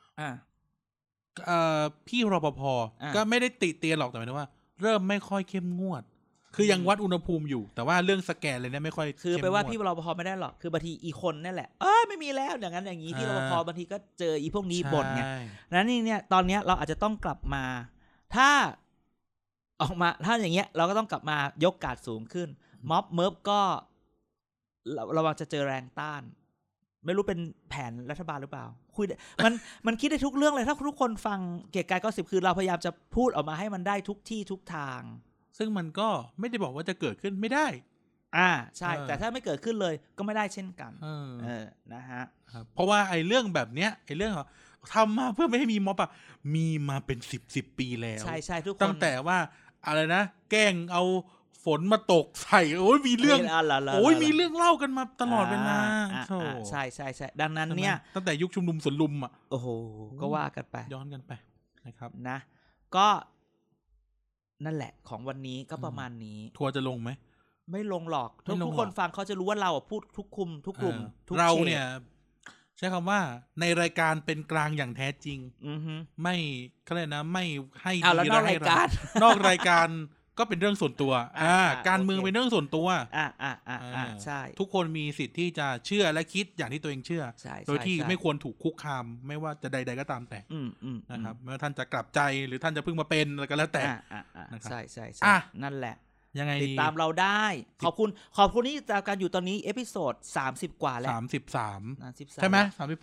พี่รปภก็ไม่ได้ติเตียนหรอกแต่หมายถึงว่าเริ่มไม่ค่อยเข้มงวดคือยังวัดอุณหภูมิอยู่แต่ว่าเรื่องสแกนเลยเนี่ยไม่ค่อย
คือไปว่าพี่รปภไม่ได้หรอกคือบางทีอีคนนั่นแหละไม่มีแล้วอย่างนั้นอย่างนี้พี่รปภบางทีก็เจออีพวกนี้บ่นไงนั้นนี่เนี่ยตอนนี้เราอาจจะต้องกลับมาถ้าออกมาถ้าอย่างเงี้ยเราก็ต้องกลับมายกการ์ดสูงขึ้นม็อบเมิร์ฟก็ระวังจะเจอแรงต้านไม่รู้เป็นแผนรัฐบาลหรือเปล่าคุยมันคิดได้ทุกเรื่องเลยถ้าทุกคนฟังเกียรติกาย90คือเราพยายามจะพูดออกมาให้มันได้ทุกที่ทุกทาง
ซึ่งมันก็ไม่ได้บอกว่าจะเกิดขึ้นไม่ได้
ใช่แต่ถ้าไม่เกิดขึ้นเลยก็ไม่ได้เช่นกันนะฮะ
เพราะว่าไอ้เรื่องแบบเนี้ยไอ้เรื่องทำมาเพื่อไม่ให้มีม็อบมีมาเป็น10 ปีแล้ว
ใช่ทุกคน
ตั้งแต่ว่าอะไรนะแกล้งเอาฝนมาตกใส่โอ้ยมีเรื่องมีเรื่องเล่ากันมาตลอดเวลา
ใช่ดังนั้นเนี่ย
ตั้งแต่ยุคชุมนุมสวนลุม
โอ้โหก็ว่ากันไป
ย้อนกันไปนะครับ
นะก็นั่นแหละของวันนี้ก็ประมาณนี้
ทัวร์จะลงไหม
ไม่ลงหรอกทุกคนฟังเขาจะรู้ว่าเราพูดทุกกลุ่ม
เราเนี่ยใช้คำว่าในรายการเป็นกลางอย่างแท้จริงไม่เขาเรียกนะไม่ให้
ดีและให้ร้าย
นอกรายการก็เป็นเรื่องส่วนตัวการเมืองเป็นเรื่องส่วนตัว
ใช่
ทุกคนมีสิทธิ์ที่จะเชื่อและคิดอย่างที่ตัวเองเชื่อโดยที่ไม่ควรถูกคุกคามไม่ว่าจะใดๆก็ตามแต่นะครับไม่ว่าท่านจะกลับใจหรือท่านจะเพิ่งมาเป็นอะไรก็แล้วแต่
ใช่นั่นแหละ
ยังไง
ติดตามเราได้ขอบคุณที่ติดตามกันอยู่ตอนนี้เอพิโซด30 กว่าแล้ว
33ใช่ไหม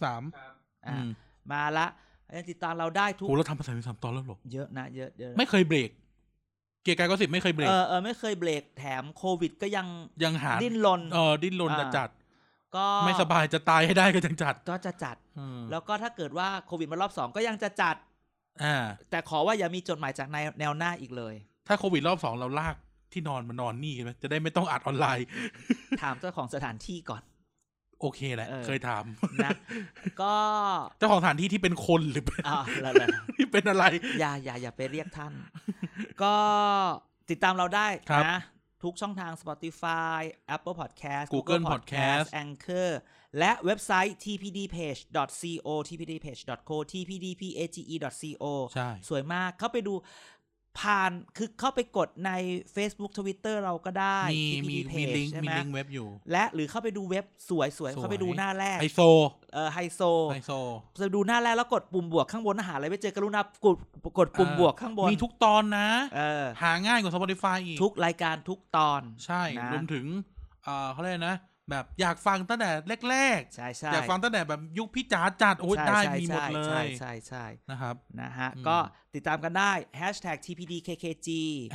33
มาละยังติดตามเราได้ทุก
เราทำมา33 ตอนแล้วหรอ
เยอะนะเยอะ
ไม่เคยเบรกเกียร์กาย90ไม่เคยเบรก
ไม่เคยเบรกแถมโควิดก็ยัง
หา
ดิ้นรน
ดิ้นรนจะจัด
ก็
ไม่สบายจะตายให้ได้ก็จะ
จัดแล้วก็ถ้าเกิดว่าโควิดมารอบ2ก็ยังจะจัดแต่ขอว่าอย่ามีจดหมายจากแนวหน้าอีกเลย
ถ้าโควิดรอบ2เราลากที่นอนมานอนนี่ไหมจะได้ไม่ต้องอัดออนไลน์
ถามเจ้าของสถานที่ก่อน
โอเคแหละเคยถาม
นะก็
เจ้าของสถานที่ที่เป็นคนหรือเป็นที่เป็นอะไร
อย่าไปเรียกท่านก็ติดตามเราได้นะทุกช่องทาง Spotify Apple Podcast
Google Podcast
Anchor และเว็บไซต์ tpdpage.co tpdpage.co tpdpage.co
ใช่
สวยมากเข้าไปดูผ่านคือเข้าไปกดใน Facebook Twitter เราก็ได้
มีลิงก์เว็บอยู่
และหรือเข้าไปดูเว็บสวยๆเข้าไปดูหน้าแรก
ไฮโซ
ไฮโซจะดูหน้าแรกแล้วกดปุ่มบวกข้างบนหาอะไรไม่เจอกรุณากดปุ่มบวกข้างบน
มีทุกตอนนะหาง่ายกว่า Spotify อีก
ทุกรายการทุกตอน
ใช่รวมถึงเขาเรียกนะแบบอยากฟังตั้งแต่แรก
ๆ
อยากฟังตั้งแต่แบบยุคพี่จ๋าจัดโอ้ยได้มีหมดเลย
ใช่
นะครับ
นะฮะก็ติดตามกันได้ #TPDKKG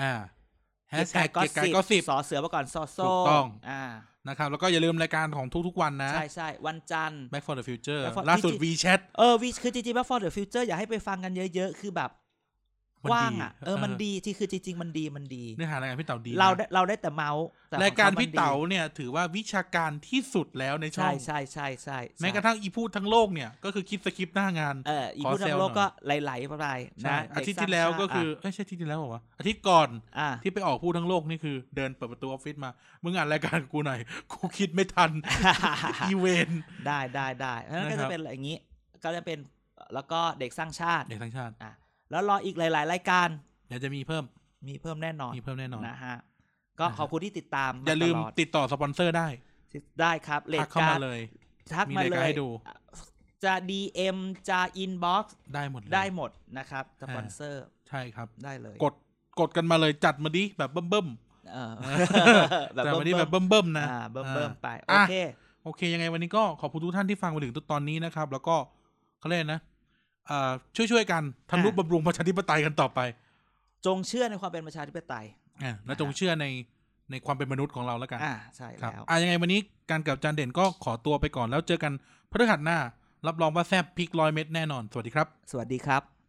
#GoSip
สอเสือมาก่อนซอโซ่
ถูกต้องนะครับแล้วก็อย่าลืมรายการของทุกๆวันนะ
ใช่วันจันทร์
Back for the Future ล่าสุด WeChat
คือจริงๆ Back for the Future อยากให้ไปฟังกันเยอะๆคือแบบกว้างอ่ะมันดีที่คือจริงๆมันดี
เนื้อหารายการพี่เต๋าดี
เราได้แต่เมาส์
รายการพี่เต๋าเนี่ยถือว่าวิชาการที่สุดแล้วในช่อง
ใช่
แม้กระทั่งอีพูดทั้งโลกเนี่ยก็คือคิดสคริปต์หน้างาน
อีพูดทั้งโลกก็ไหลๆไปนะ
อาทิตย์ที่แล้วก็คือใช่อาทิตย์ที่แล้วบอกว่าอาทิตย์ก่อนที่ไปออกพูดทั้งโลกนี่คือเดินเปิดประตูออฟฟิศมามึงอ่านรายการกูหน่อยกูคิดไม่ทันอีเวน
ได้แล้วก็จะเป็นอย่างนี้ก็จะเป็นแล้วก็เด็กสร้างชาติแล้วรออีกหลายๆรายการ
เดี๋ยวจะมีเพิ่ม
แน่นอนนะฮะก็ขอบคุณที่ติดตาม
อย่าลืมติดต่อสปอนเซอร์
ได้ครับ
ทักเข้ามาเลย
ทักมาเลย
ให้ดู
จะ DM จะ Inbox
ได้หมด
นะครับสปอนเซอร์
ใช่ครับ
ได้เลย
กดกันมาเลยจัดมาดิแบบเบิ่ม
แบบ
วันนี้แบบเบิ่มนะ
เบิ่มไป
โอเคยังไงวันนี้ก็ขอบคุณทุกท่านที่ฟังมาถึงตอนนี้นะครับแล้วก็เขาเรียกนะช่วยกันทำนุบำรุงประชาธิปไตยกันต่อไป
จงเชื่อในความเป็นประชาธิปไตย
และจงเชื่อในความเป็นมนุษย์ของเราแล้วกัน
ใช่แล้ว
ยังไงวันนี้การกับจานเด่นก็ขอตัวไปก่อนแล้วเจอกันพฤหัสหน้ารับรองว่าแซ่บพริก100 เม็ดแน่นอนสวัสดีครับ
สวัสดีครับ